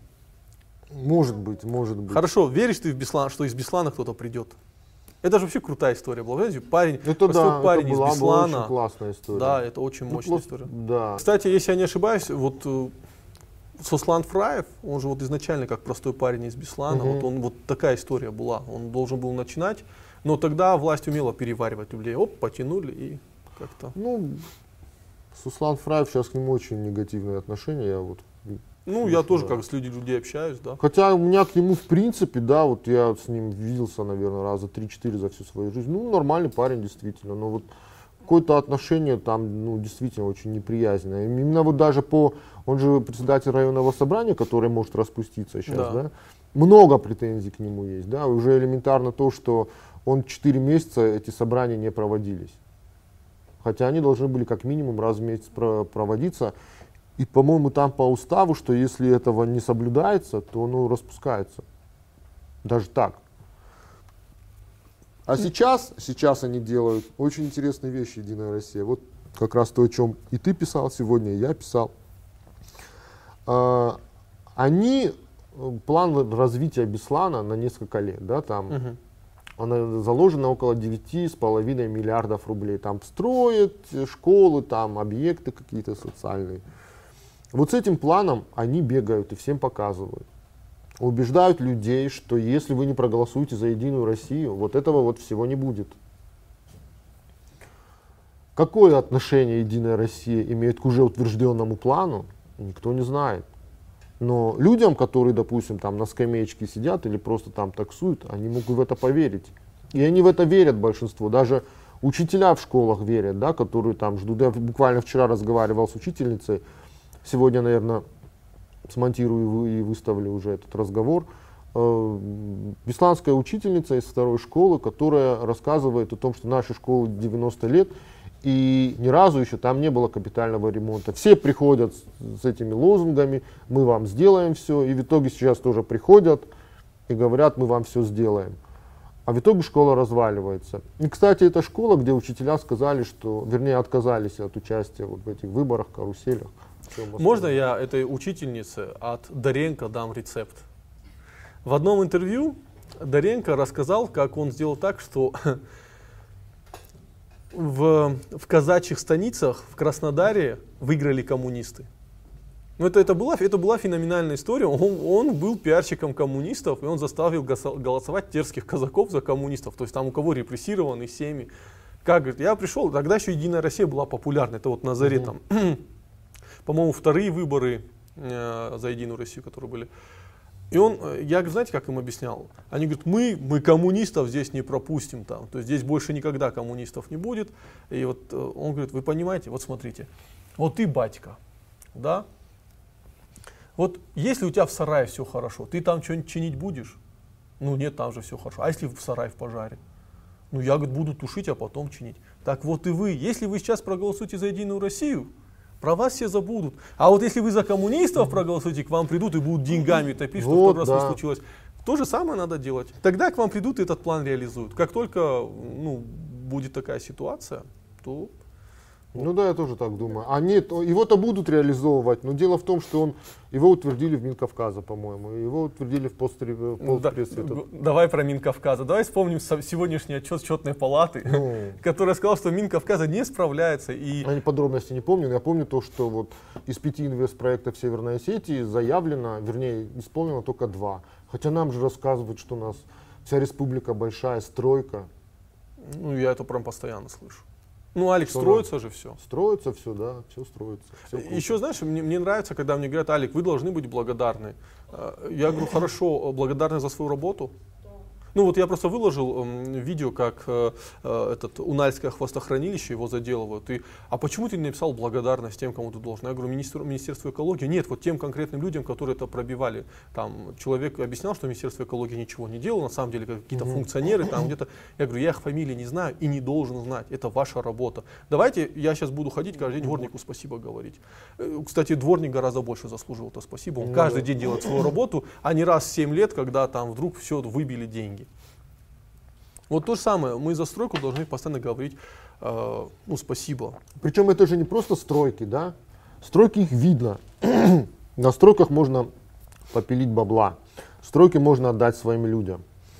может быть, может быть. Хорошо, веришь ты в Беслан, что из Беслана кто-то придет? Это же вообще крутая история была. Знаете, парень, Это простой да, парень это была, из была Беслана. очень классная история. Да, это очень Ну, мощная просто- история. Да. Кстати, если я не ошибаюсь, вот э, Сослан Фраев, он же вот изначально как простой парень из Беслана, Мгм. вот он вот такая история была. Он должен был начинать, но тогда власть умела переваривать людей. Оп, потянули и как-то. Ну, Суслан Фраев, сейчас к нему очень негативное отношение. Я вот, Ну, я Слушай, тоже да. как с людьми людей общаюсь, да. хотя у меня к нему, в принципе, да, вот я с ним виделся, наверное, раза три-четыре за всю свою жизнь. Ну, нормальный парень, действительно. Но вот какое-то отношение там, ну, действительно очень неприязненное. Именно вот даже по... Он же председатель районного собрания, который может распуститься сейчас, Да. да. Много претензий к нему есть, да. Уже элементарно то, что он четыре месяца эти собрания не проводились. Хотя они должны были как минимум раз в месяц про- проводиться. И, по-моему, там по уставу, что если этого не соблюдается, то оно распускается. Даже так. А сейчас, сейчас они делают очень интересные вещи, Единая Россия. Вот как раз то, о чем и ты писал сегодня, и я писал. А, они, э, план развития Беслана на несколько лет, да, там, Мгм. она заложена около девяти с половиной миллиардов рублей. Там строят э, школы, там объекты какие-то социальные. Вот с этим планом они бегают и всем показывают. Убеждают людей, что если вы не проголосуете за Единую Россию, вот этого вот всего не будет. Какое отношение Единая Россия имеет к уже утвержденному плану, никто не знает. Но людям, которые, допустим, там на скамеечке сидят или просто там таксуют, они могут в это поверить. И они в это верят, большинство. Даже учителя в школах верят, да, которые там ждут. Я буквально вчера разговаривал с учительницей. Сегодня, наверное, смонтирую и вы- и выставлю уже этот разговор. Э, Бесланская учительница из второй школы, которая рассказывает о том, что нашей школе девяносто лет, и ни разу еще там не было капитального ремонта. Все приходят с, с этими лозунгами, мы вам сделаем все, и в итоге сейчас тоже приходят и говорят, мы вам все сделаем. А в итоге школа разваливается. И, кстати, это школа, где учителя сказали, что, вернее, отказались от участия вот в этих выборах, каруселях. всем Можно остальном. я этой учительнице от Доренко дам рецепт? В одном интервью Доренко рассказал, как он сделал так, что в, в казачьих станицах в Краснодаре выиграли коммунисты. Ну, это, это, была, это была феноменальная история. Он, он был пиарщиком коммунистов, и он заставил гаса- голосовать терских казаков за коммунистов. То есть там у кого репрессированы семьи. Как, говорит, я пришел, тогда еще Единая Россия была популярна. Это вот на заре Мгм. там, по-моему, вторые выборы э, за Единую Россию, которые были. И он, э, я, говорю, знаете, как им объяснял? Они говорят, мы, мы коммунистов здесь не пропустим там. То есть здесь больше никогда коммунистов не будет. И вот э, он говорит, вы понимаете, вот смотрите, вот ты батька, да? Вот если у тебя в сарае все хорошо, ты там что-нибудь чинить будешь? Ну нет, там же все хорошо. А если в сарае в пожаре? Ну я, говорит, буду тушить, а потом чинить. Так вот и вы, если вы сейчас проголосуете за Единую Россию, про вас все забудут. А вот если вы за коммунистов проголосуете, к вам придут и будут деньгами топить, что Вот, в тот раз да. не случилось. То же самое надо делать. Тогда к вам придут и этот план реализуют. Как только ну, будет такая ситуация, то... Ну да, я тоже так думаю. А нет, его-то будут реализовывать, но дело в том, что он, его утвердили в Минкавказа, по-моему, его утвердили в полпредстве. Да, давай про Минкавказа. Давай вспомним сегодняшний отчет счетной палаты, ну, которая сказала, что Минкавказа не справляется. И... Я подробности не помню, но я помню то, что вот из пяти инвестпроектов Северной Осетии заявлено, вернее, исполнено только два. Хотя нам же рассказывают, что у нас вся республика большая, стройка. Ну, я это прям постоянно слышу. Ну, Алик, что строится же все. Строится все, да, все строится. Все Еще, знаешь, мне, мне нравится, когда мне говорят: Алик, вы должны быть благодарны. Я говорю: хорошо, благодарны за свою работу. Ну вот я просто выложил э, видео, как э, э, этот Унальское хвостохранилище, его заделывают. И, а почему ты не написал благодарность тем, кому ты должен? Я говорю: министр, Министерство экологии. Нет, вот тем конкретным людям, которые это пробивали. Там человек объяснял, что Министерство экологии ничего не делало, на самом деле какие-то mm-hmm. функционеры там где-то. Я говорю: я их фамилии не знаю и не должен знать. Это ваша работа. Давайте я сейчас буду ходить каждый день дворнику спасибо говорить. Кстати, дворник гораздо больше заслуживал это спасибо. Он mm-hmm. каждый день делает свою работу, а не раз в семь лет, когда там вдруг все выбили деньги. Вот то же самое, мы за стройку должны постоянно говорить, э, ну, спасибо. Причем это же не просто стройки, да? Стройки их видно. На стройках можно попилить бабла. Стройки можно отдать своим людям.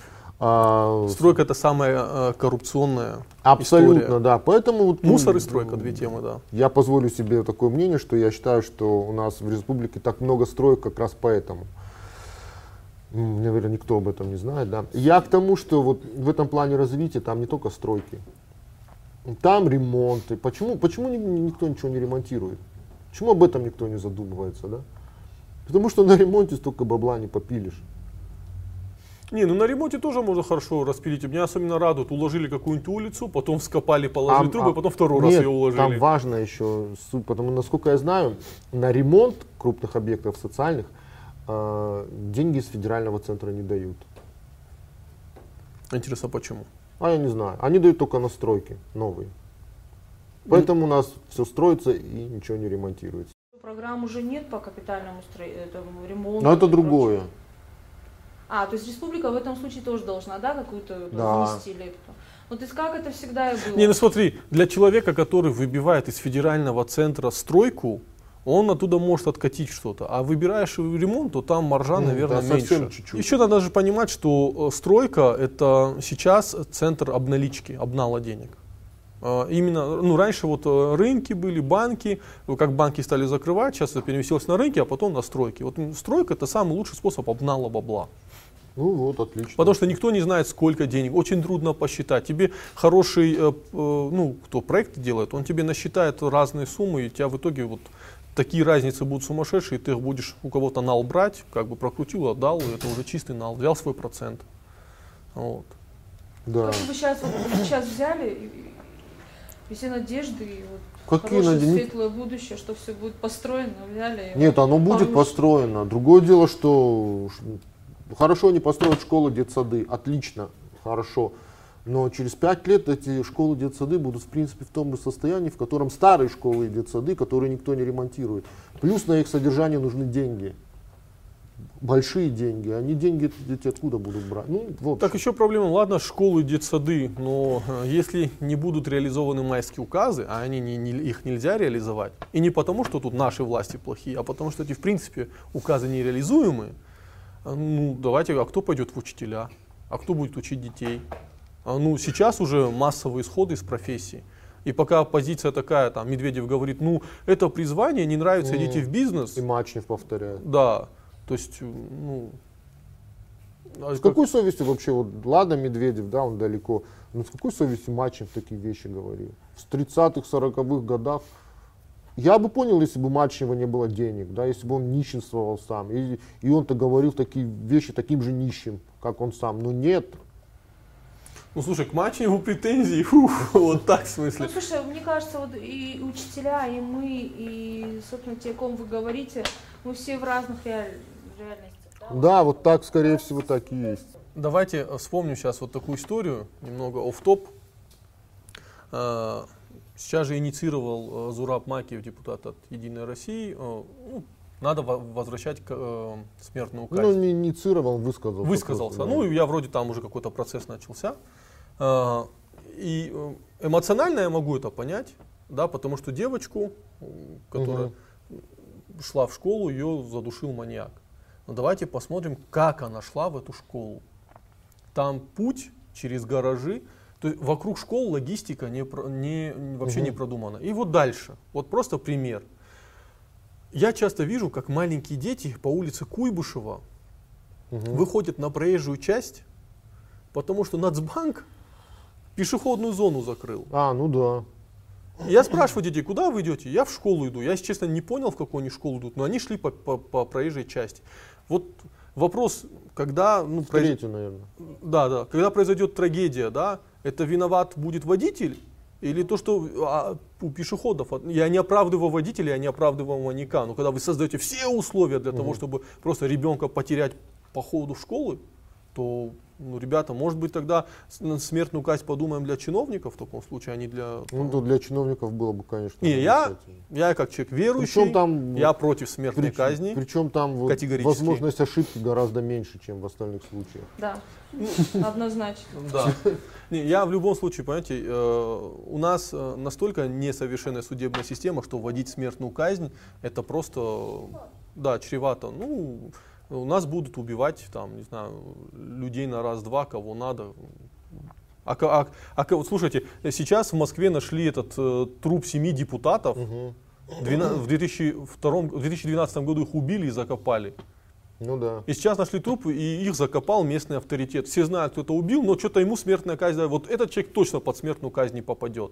А, Стройка — это самая э, коррупционная абсолютно, история. Да. Поэтому вот, мусор и стройка — две темы, да. Я позволю себе такое мнение, что я считаю, что у нас в республике так много строек как раз поэтому. Наверное, никто об этом не знает, да. Я к тому, что вот в этом плане развития там не только стройки, там ремонты. Почему, почему никто ничего не ремонтирует? Почему об этом никто не задумывается, да? Потому что на ремонте столько бабла не попилишь. Не, ну на ремонте тоже можно хорошо распилить. Меня особенно радует, уложили какую-нибудь улицу, потом вскопали, положили а, трубы, а, потом второй нет, раз ее уложили. Там важно еще суть, потому насколько я знаю, на ремонт крупных объектов социальных деньги из федерального центра не дают. Интересно, почему? А я не знаю. Они дают только на стройки новые. Поэтому mm. у нас все строится и ничего не ремонтируется. Программ уже нет по капитальному стро... ремонту. Но это другое. Прочее. А, то есть республика в этом случае тоже должна, да, какую-то да. внести лепту. Ну, то есть как это всегда и было? Не, ну смотри, для человека, который выбивает из федерального центра стройку, он оттуда может откатить что-то. А выбираешь ремонт, то там маржа, mm, наверное, да, меньше. Чуть-чуть. Еще надо же понимать, что стройка — это сейчас центр обналички, обнала денег. Именно, ну, раньше вот рынки были, банки, как банки стали закрывать, сейчас это переместилось на рынки, а потом на стройки. Вот стройка — это самый лучший способ обнала бабла. Ну вот, отлично. Потому что никто не знает, сколько денег, очень трудно посчитать. Тебе хороший, ну, кто проект делает, он тебе насчитает разные суммы, и у тебя в итоге вот такие разницы будут сумасшедшие, ты их будешь у кого-то нал брать, как бы прокрутил, отдал, и это уже чистый нал, взял свой процент. Вот. Да. Как бы сейчас, вот, сейчас взяли и, и все надежды, и вот какие хорошее, надежды? Светлое будущее, что все будет построено, взяли. Нет, оно будет порушили. построено. Другое дело, что хорошо они построят школы, детсады, отлично, хорошо. Но через пять лет эти школы, детсады будут в принципе в том же состоянии, в котором старые школы и детсады, которые никто не ремонтирует. Плюс на их содержание нужны деньги. Большие деньги. Они деньги эти откуда будут брать? Ну, в так еще проблема, ладно, школы, детсады, но если не будут реализованы майские указы, а они не, не, их нельзя реализовать, и не потому, что тут наши власти плохие, а потому что эти в принципе указы нереализуемые, ну давайте, а кто пойдет в учителя? А кто будет учить детей? Ну, сейчас уже массовые исходы из профессии. И пока позиция такая, там, Медведев говорит, ну, это призвание, не нравится, идите в бизнес. И Мачнев повторяет. Да, то есть, ну... С какой совестью вообще, вот, ладно, Медведев, да, он далеко, но с какой совестью Мачнев такие вещи говорил? В тридцатых, сороковых годах я бы понял, если бы у Мачнева не было денег, да, если бы он нищенствовал сам, и, и он-то говорил такие вещи таким же нищим, как он сам, но нет. Ну, слушай, к Мачневу претензии, фу, вот так в смысле. Ну, слушай, мне кажется, вот и учителя, и мы, и, собственно, те, о ком вы говорите, мы все в разных реаль... реальностях. Да? Да, вот так, скорее всего, так и есть. Давайте вспомним сейчас вот такую историю, немного офф-топ. Сейчас же инициировал Зураб Макиев, депутат от «Единой России», ну, надо возвращать э, смертную казнь. Ну, не инициировал, высказался. Высказался. Просто, да. Ну, я вроде там уже какой-то процесс начался. Э, и э, эмоционально я могу это понять, да, потому что девочку, которая угу. шла в школу, ее задушил маньяк. Но давайте посмотрим, как она шла в эту школу. Там путь через гаражи, то есть вокруг школ логистика не, не, вообще угу. не продумана. И вот дальше, вот просто пример. Я часто вижу, как маленькие дети по улице Куйбышева угу. выходят на проезжую часть, потому что Нацбанк пешеходную зону закрыл. А, ну да. Я спрашиваю детей, куда вы идете? Я в школу иду. Я, если честно, не понял, в какую они школу идут, но они шли по, по, по проезжей части. Вот вопрос, когда... Ну, произ... произ... наверное. Да, да. Когда произойдет трагедия, да, это виноват будет водитель или то, что а, у пешеходов... Я не оправдываю водителя, я не оправдываю маньяка, но когда вы создаете все условия для угу. того, чтобы просто ребенка потерять по ходу школы, то... Ну, ребята, может быть, тогда смертную казнь подумаем для чиновников в таком случае, а не для... Ну, то для чиновников было бы, конечно. Не, я, я как человек верующий, там, я против смертной причем, казни. Причем там вот возможность ошибки гораздо меньше, чем в остальных случаях. Да, однозначно. Да. Не, я в любом случае, понимаете, э, у нас настолько несовершенная судебная система, что вводить смертную казнь, это просто, да, чревато. Ну, у нас будут убивать, там, не знаю, людей на раз-два, кого надо. А, а, а вот слушайте, сейчас в Москве нашли этот э, труп семи депутатов. Угу. В две тысячи втором, в две тысячи двенадцатом году их убили и закопали. Ну да. И сейчас нашли труп, и их закопал местный авторитет. Все знают, кто это убил, но что-то ему смертная казнь. Вот этот человек точно под смертную казнь не попадет.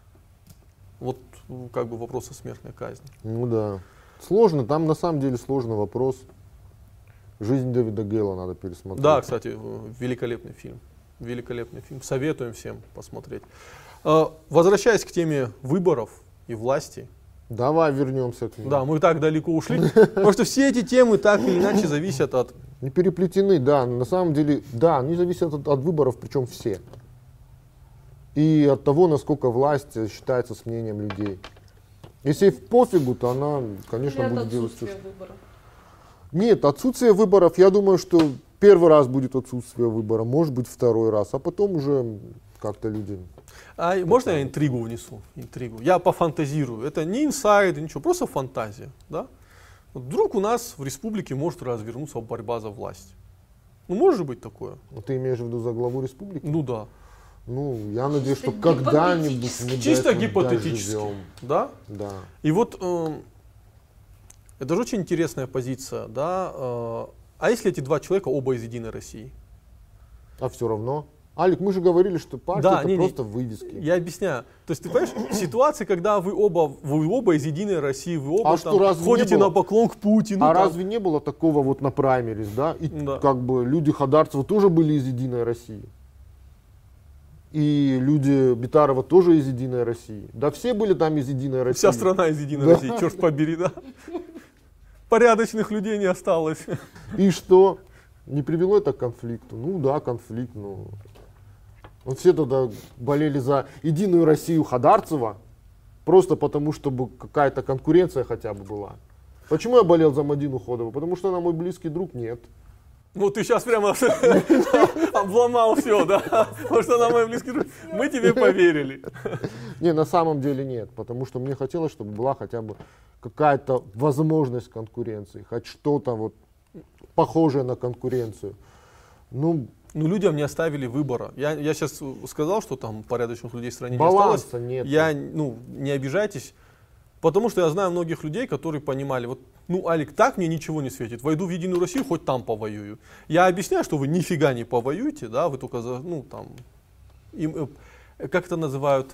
Вот как бы вопрос о смертной казни. Ну да. Сложно, там на самом деле сложный вопрос. «Жизнь Дэвида Гейла» надо пересмотреть. Да, кстати, великолепный фильм. Великолепный фильм. Советуем всем посмотреть. Возвращаясь к теме выборов и власти. Давай вернемся к нему. Да, мы так далеко ушли. Потому что все эти темы так или иначе зависят от... Не переплетены, да. На самом деле, да, они зависят от, от выборов, причем все. И от того, насколько власть считается с мнением людей. Если в пофигу, то она, конечно, Или будет делать все. Выборов. Нет, отсутствие выборов, я думаю, что первый раз будет отсутствие выбора, может быть второй раз, а потом уже как-то люди... А можно я интригу внесу? Интригу. Я пофантазирую. Это не инсайд, ничего, просто фантазия. Да? Вот вдруг у нас в республике может развернуться борьба за власть. Ну, может быть такое. Ты имеешь в виду за главу республики? Ну да. Ну, я надеюсь, что когда-нибудь мы чисто гипотетически. Да? Да. И вот... Э, это же очень интересная позиция, да? А если эти два человека оба из «Единой России»? А все равно. Алик, мы же говорили, что партия да, это не, просто не, вывески. Я объясняю. То есть ты понимаешь, ситуация, когда вы оба, вы оба из «Единой России», вы оба а там, что, ходите на поклон к Путину. А там. разве не было такого вот на праймерис, да? И да. как бы люди Хадарцева тоже были из «Единой России». И люди Битарова тоже из «Единой России». Да все были там из «Единой России». Вся страна из «Единой да. России», черт побери, да. Порядочных людей не осталось. И что? Не привело это к конфликту? Ну да, конфликт. Ну. Вот все тогда болели за «Единую Россию» Хадарцева, просто потому, чтобы какая-то конкуренция хотя бы была. Почему я болел за Мадину Ходову? Потому что она мой близкий друг? Нет. Ну ты сейчас прямо обломал все, да? Потому что она мой близкий друг. Мы тебе поверили. Не, на самом деле нет, потому что мне хотелось, чтобы была хотя бы какая-то возможность конкуренции, хоть что-то вот похожее на конкуренцию. Ну, ну людям не оставили выбора. Я, я сейчас сказал, что там порядочных людей в стране не осталось. Баланса нет. Я, ну, не обижайтесь, потому что я знаю многих людей, которые понимали, вот, ну, Алик, так мне ничего не светит. Войду в «Единую Россию», хоть там повоюю. Я объясняю, что вы нифига не повоюете, да, вы только, за, ну, там, им, как это называют,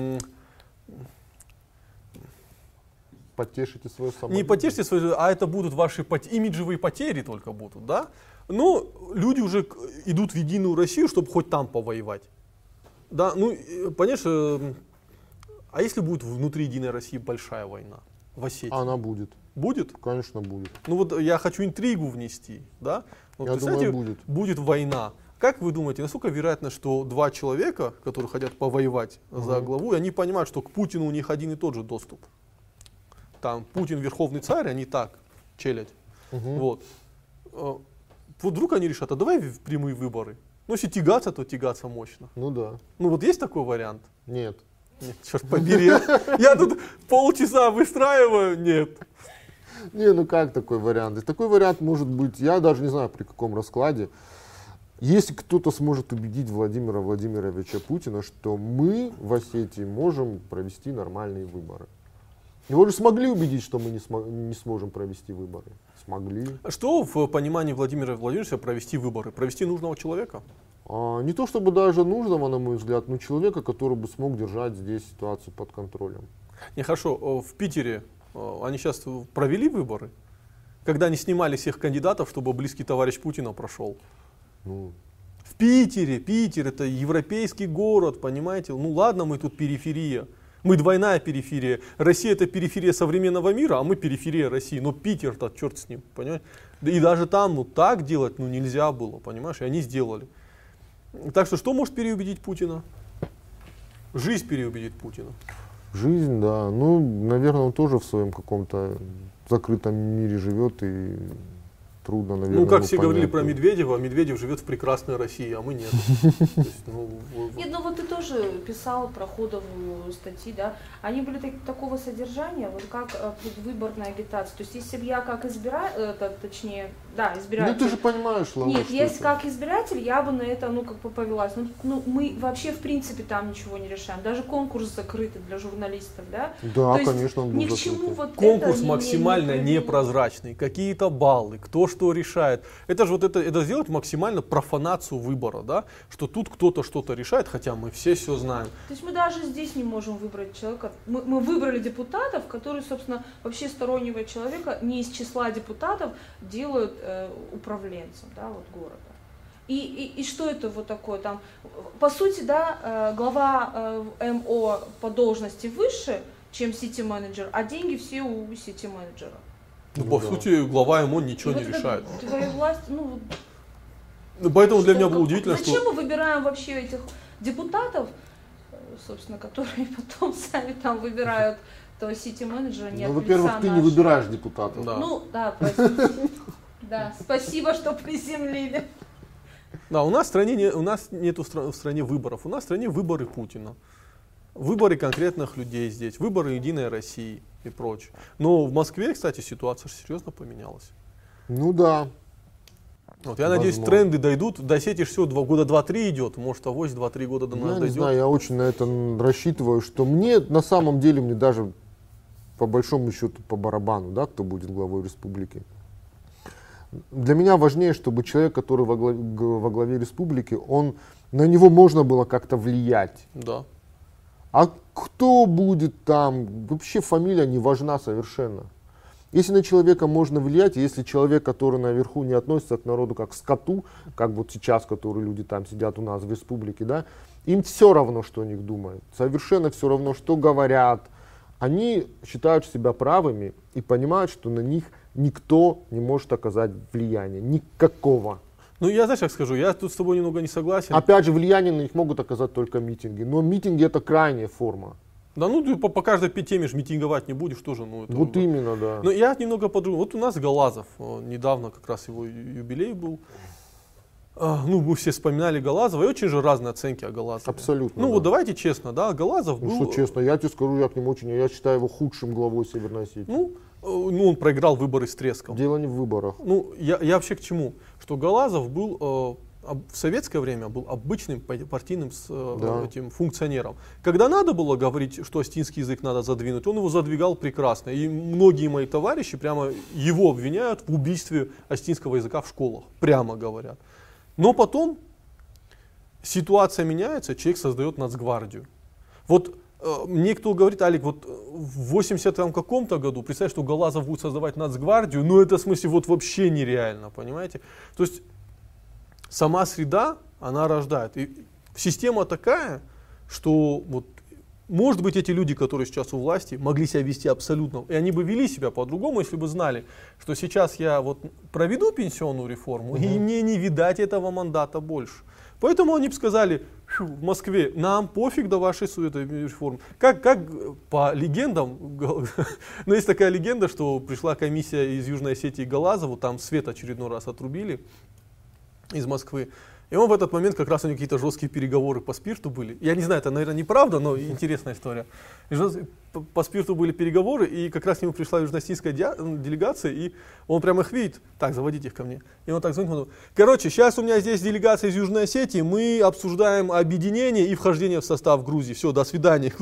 потешите свое самолюбие. Не потешите свое, а это будут ваши пот... имиджевые потери только будут, да? Но люди уже идут в «Единую Россию», чтобы хоть там повоевать. Да, ну, понимаешь, а если будет внутри «Единой России» большая война в Осетии? Она будет. Будет? Конечно, будет. Ну вот я хочу интригу внести, да? Вот, я думаю, будет. Будет война. Как вы думаете, насколько вероятно, что два человека, которые хотят повоевать угу. за главу, и они понимают, что к Путину у них один и тот же доступ? Там Путин верховный царь, они так челядь. Угу. Вот. Вот вдруг они решат, а давай в прямые выборы. Ну, если тягаться, то тягаться мощно. Ну да. Ну, вот есть такой вариант? Нет. Нет, черт побери. Я тут полчаса выстраиваю, нет. Не, ну как такой вариант? И такой вариант может быть, я даже не знаю при каком раскладе. Если кто-то сможет убедить Владимира Владимировича Путина, что мы в Осетии можем провести нормальные выборы. Его же смогли убедить, что мы не, смо- не сможем провести выборы. Смогли. Что в понимании Владимира Владимировича провести выборы? Провести нужного человека? А, не то чтобы даже нужного, на мой взгляд, но человека, который бы смог держать здесь ситуацию под контролем. Не, хорошо, в Питере они сейчас провели выборы, когда они снимали всех кандидатов, чтобы близкий товарищ Путина прошел. Ну, В Питере, Питер это европейский город, понимаете? Ну ладно, мы тут периферия. Мы двойная периферия. Россия это периферия современного мира, а мы периферия России. Но Питер-то, черт с ним, понимаете? И даже там, ну так делать, ну нельзя было, понимаешь? И они сделали. Так что, что может переубедить Путина? Жизнь переубедит Путина. жизнь, да. Ну, наверное, он тоже в своем каком-то закрытом мире живет и трудно, наверное. Ну, как ему все говорили понять. про Медведева, Медведев живет в прекрасной России, а мы нет. То есть, ну, в- Нет, ну вот ты тоже писал про ходовую статьи, да, они были так- такого содержания, вот как э, предвыборная агитация. То есть если бы я как избиратель, точнее, да, Ну, избиратель. ты же понимаешь, Лаура, Нет, что если это. как избиратель, я бы на это, ну, как бы повелась. Ну, ну, мы вообще, в принципе, там ничего не решаем. Даже конкурс закрытый для журналистов, да? Да, То есть конечно, он был ни к закрытый. чему вот Конкурс это не- максимально не провели. непрозрачный, какие-то баллы, кто что решает. Это же вот это, это сделать максимально профанацию выбора, да? Что тут кто-то что-то решает, хотя мы все все знаем. То есть мы даже здесь не можем выбрать человека. Мы, мы выбрали депутатов, которые, собственно, вообще стороннего человека не из числа депутатов делают э, управленцем, да, вот города. И, и, и что это вот такое там? По сути, да, э, глава э, МО по должности выше, чем сити-менеджер, а деньги все у сити-менеджера. Ну, Ну по да. сути, глава МОН И ничего вот не эта решает. твоя власть, ну, вот Ну, поэтому для меня что- было удивительно, Зачем что... мы выбираем вообще этих депутатов, э, собственно, которые потом сами там выбирают то сити-менеджера, не Ну, от во-первых, лица ты не нашего. выбираешь депутатов. Да. Ну, да, спасибо. Да, спасибо, что приземлили. Да, у нас в стране, не, у нас нету стра- в стране выборов, у нас в стране выборы Путина. Выборы конкретных людей здесь, выборы Единой России и прочее. Но в Москве, кстати, ситуация же серьезно поменялась. Ну да. Вот, я надеюсь, Возможно. тренды дойдут. До сети все два года два-три идет. Может, авось два-три года до нас Я не дойдет. знаю, я очень на это н- рассчитываю, что мне на самом деле, мне даже по большому счету по барабану, да, кто будет главой республики. Для меня важнее, чтобы человек, который во главе, г- во главе республики, он, на него можно было как-то влиять. Да. А кто будет там, вообще фамилия не важна совершенно. Если на человека можно влиять, если человек, который наверху не относится к народу как к скоту, как вот сейчас, которые люди там сидят у нас в республике, да, им все равно, что о них думают, совершенно все равно, что говорят. Они считают себя правыми и понимают, что на них никто не может оказать влияния, никакого. Ну, я, знаешь, как скажу, я тут с тобой немного не согласен. Опять же, влияние на них могут оказать только митинги, но митинги это крайняя форма. Да ну, ты по, по каждой теме ж митинговать не будешь тоже. Ну, это, Вот именно, да. Но я немного по-другому. Вот у нас Галазов, э, недавно как раз его ю- юбилей был. А, ну, мы все вспоминали Галазова, и очень же разные оценки о Галазове. Абсолютно. Ну, да. вот давайте честно, да, Галазов Ну был... что честно, я тебе скажу, я к нему очень, я считаю его худшим главой Северной Осетии. Ну, э, ну, он проиграл выборы с треском. Дело не в выборах. Ну, я, я вообще к чему? Что Галазов был э, об- в советское время был обычным па- партийным с, э, Да. этим функционером. Когда надо было говорить, что остинский язык надо задвинуть, он его задвигал прекрасно. И многие мои товарищи прямо его обвиняют в убийстве остинского языка в школах. Прямо говорят. Но потом ситуация меняется, человек создает нацгвардию. Вот э, мне кто говорит, Алик, вот э, в восьмидесятом каком-то году, представь, что Галазов будет создавать нацгвардию, ну это в смысле вот вообще нереально, понимаете? То есть сама среда, она рождает. И система такая, что вот может быть, эти люди, которые сейчас у власти, могли себя вести абсолютно, и они бы вели себя по-другому, если бы знали, что сейчас я вот проведу пенсионную реформу, и мне не видать этого мандата больше. Поэтому они бы сказали, «Фу, в Москве, нам пофиг до вашей су- этой реформы». Как, как по легендам, но есть такая легенда, что пришла комиссия из Южной Осетии к Галазову, там свет очередной раз отрубили, из Москвы. И он в этот момент, как раз у него какие-то жесткие переговоры по спирту были. Я не знаю, это, наверное, неправда, но интересная история. И жест... по, по спирту были переговоры, и как раз к нему пришла южноосетинская делегация, и он прямо их видит. Так, заводите их ко мне. И он так звонит, он говорит, короче, сейчас у меня здесь делегация из Южной Осетии, мы обсуждаем объединение и вхождение в состав Грузии. Все, до свидания.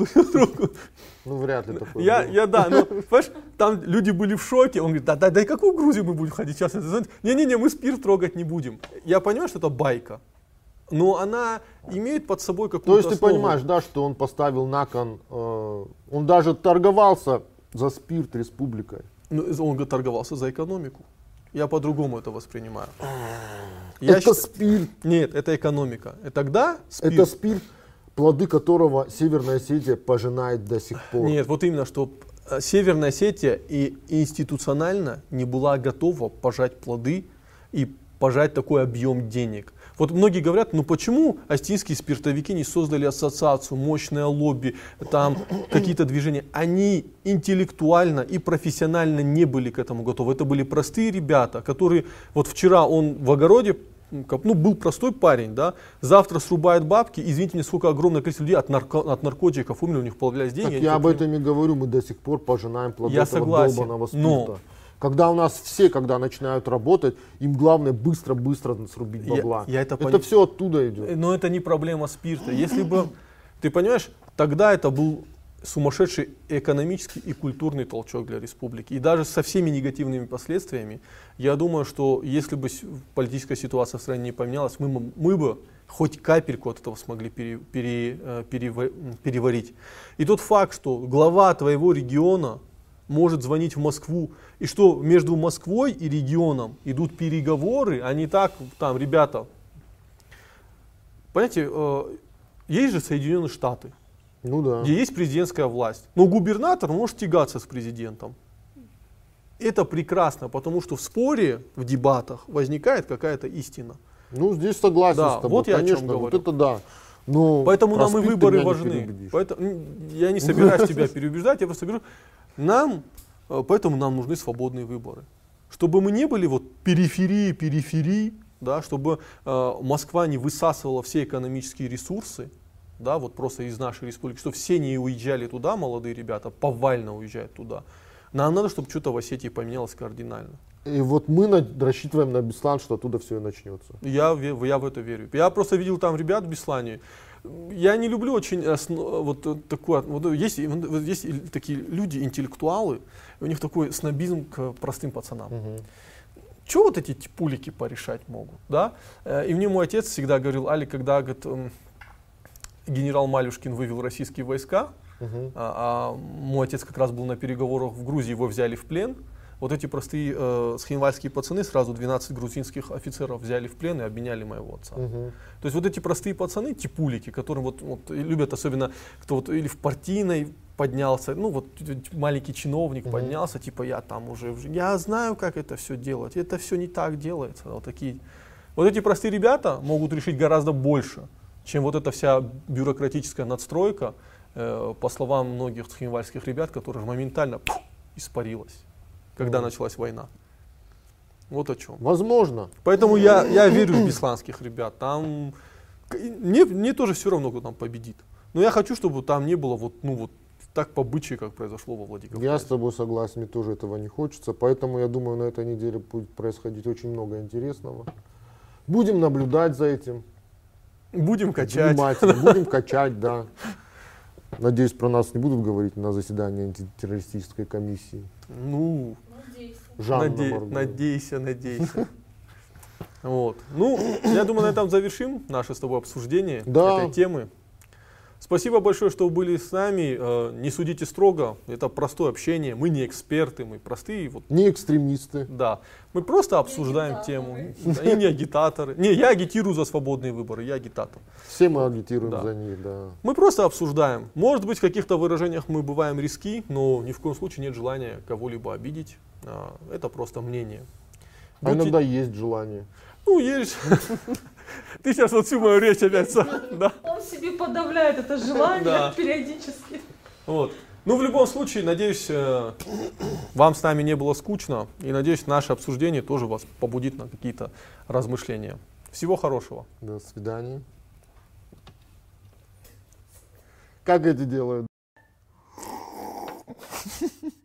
Ну, вряд ли такое Я, было. я, да, но, понимаешь, там люди были в шоке. Он говорит, да, да, да, и какую Грузию мы будем ходить сейчас? Не-не-не, мы спирт трогать не будем. Я понимаю, что это байка, но она имеет под собой какую-то То есть ты основу. понимаешь, да, что он поставил на кон, э, он даже торговался за спирт республикой. Ну, он торговался за экономику. Я по-другому это воспринимаю. Я Это считаю- спирт, Нет, это экономика. И тогда спирт... это спирт, плоды которого Северная Осетия пожинает до сих пор. Нет, вот именно, что э, Северная Осетия и институционально не была готова пожать плоды и пожать такой объем денег. Вот многие говорят, ну почему осетинские спиртовики не создали ассоциацию, мощное лобби, там какие-то движения. Они интеллектуально и профессионально не были к этому готовы. Это были простые ребята, которые, вот вчера он в огороде, ну, был простой парень, да, завтра срубает бабки, извините мне, сколько огромное количество людей от, нарко, от наркотиков умерли, у них появлялись деньги. Так они я об такие- этом и говорю, мы до сих пор пожинаем плоды Я этого согласен, долбаного спирта. но- Когда у нас все, когда начинают работать, им главное быстро-быстро срубить Я- бабла. я это это пони- все оттуда идет. Но это не проблема спирта. Если бы, ты понимаешь, тогда это был сумасшедший экономический и культурный толчок для республики. И даже со всеми негативными последствиями, я думаю, что если бы с- политическая ситуация в стране не поменялась, мы, м- мы бы хоть капельку от этого смогли пере- пере- э, перева- переварить. И тот факт, что глава твоего региона может звонить в Москву, и что между Москвой и регионом идут переговоры, а не так, там, ребята, понимаете, э, есть же Соединенные Штаты, Ну да. где есть президентская власть, но губернатор может тягаться с президентом. Это прекрасно, потому что в споре, в дебатах возникает какая-то истина. Ну здесь согласен Да, с тобой, вот я о чем конечно, говорю. вот это да. Но Поэтому про нам и спирт ты выборы меня не важны. переубедишь. Поэтому, м, я не собираюсь тебя переубеждать, я просто говорю, нам, э, поэтому нам нужны свободные выборы. Чтобы мы не были вот периферии, периферии, да, чтобы э, Москва не высасывала все экономические ресурсы, да, вот просто из нашей республики, чтобы все не уезжали туда, молодые ребята, повально уезжают туда. Нам надо, чтобы что-то в Осетии поменялось кардинально. И вот мы на- рассчитываем на Беслан, что оттуда все и начнется. Я, ве- я в это верю. Я просто видел там ребят в Беслане. Я не люблю очень осно- вот э, такое. Вот есть, вот есть и такие люди, интеллектуалы, и у них такой снобизм к простым пацанам. Чего вот эти типулики порешать могут, да? Э, И мне мой отец всегда говорил, Али, когда говорит, м, генерал Малюшкин вывел российские войска, Мгм. а, а мой отец как раз был на переговорах в Грузии, его взяли в плен. Вот эти простые э, схинвальские пацаны, сразу двенадцать грузинских офицеров взяли в плен и обменяли моего отца. Мгм. То есть вот эти простые пацаны, типулики, которые вот, вот и любят особенно, кто вот или в партийной поднялся, ну вот маленький чиновник Мгм. поднялся, типа я там уже, уже- я знаю, как это все делать, это все не так делается. Вот такие. Вот эти простые ребята могут решить гораздо больше, чем вот эта вся бюрократическая надстройка, э, по словам многих схинвальских ребят, которая моментально пф, испарилась, когда Мгм. началась война. Вот о чем. Возможно. Поэтому я, я верю в бесланских ребят. Там, к- мне, мне тоже все равно, кто там победит. Но я хочу, чтобы там не было вот, ну, вот так по-бычьи, как произошло во Владикавказе. Я с тобой согласен, мне тоже этого не хочется. Поэтому я думаю, на этой неделе будет происходить очень много интересного. Будем наблюдать за этим. Будем качать. Внимательно. Будем качать, да. Надеюсь, про нас не будут говорить на заседании антитеррористической комиссии. Ну, Надеюсь. Жанна наде- Маргулова. надейся, надейся. Вот. Ну, я думаю, на этом завершим наше с тобой обсуждение Да. этой темы. Спасибо большое, что вы были с нами. Э, Не судите строго. Это простое общение. Мы не эксперты, мы простые. Вот, Не экстремисты. да. Мы просто обсуждаем агитаторы. тему. И не агитаторы. Не, я агитирую за свободные выборы, я агитатор. Все мы агитируем Да. за них, да. Мы просто обсуждаем. Может быть, в каких-то выражениях мы бываем риски, но ни в коем случае нет желания кого-либо обидеть. А, Это просто мнение. А Будьте- иногда есть желание. Ну, есть. Ты сейчас вот всю мою речь опять... со- Да. Он себе подавляет это желание Да. периодически. Вот. Ну, в любом случае, надеюсь, э, вам с нами не было скучно. И надеюсь, наше обсуждение тоже вас побудит на какие-то размышления. Всего хорошего. До свидания. Как эти делают?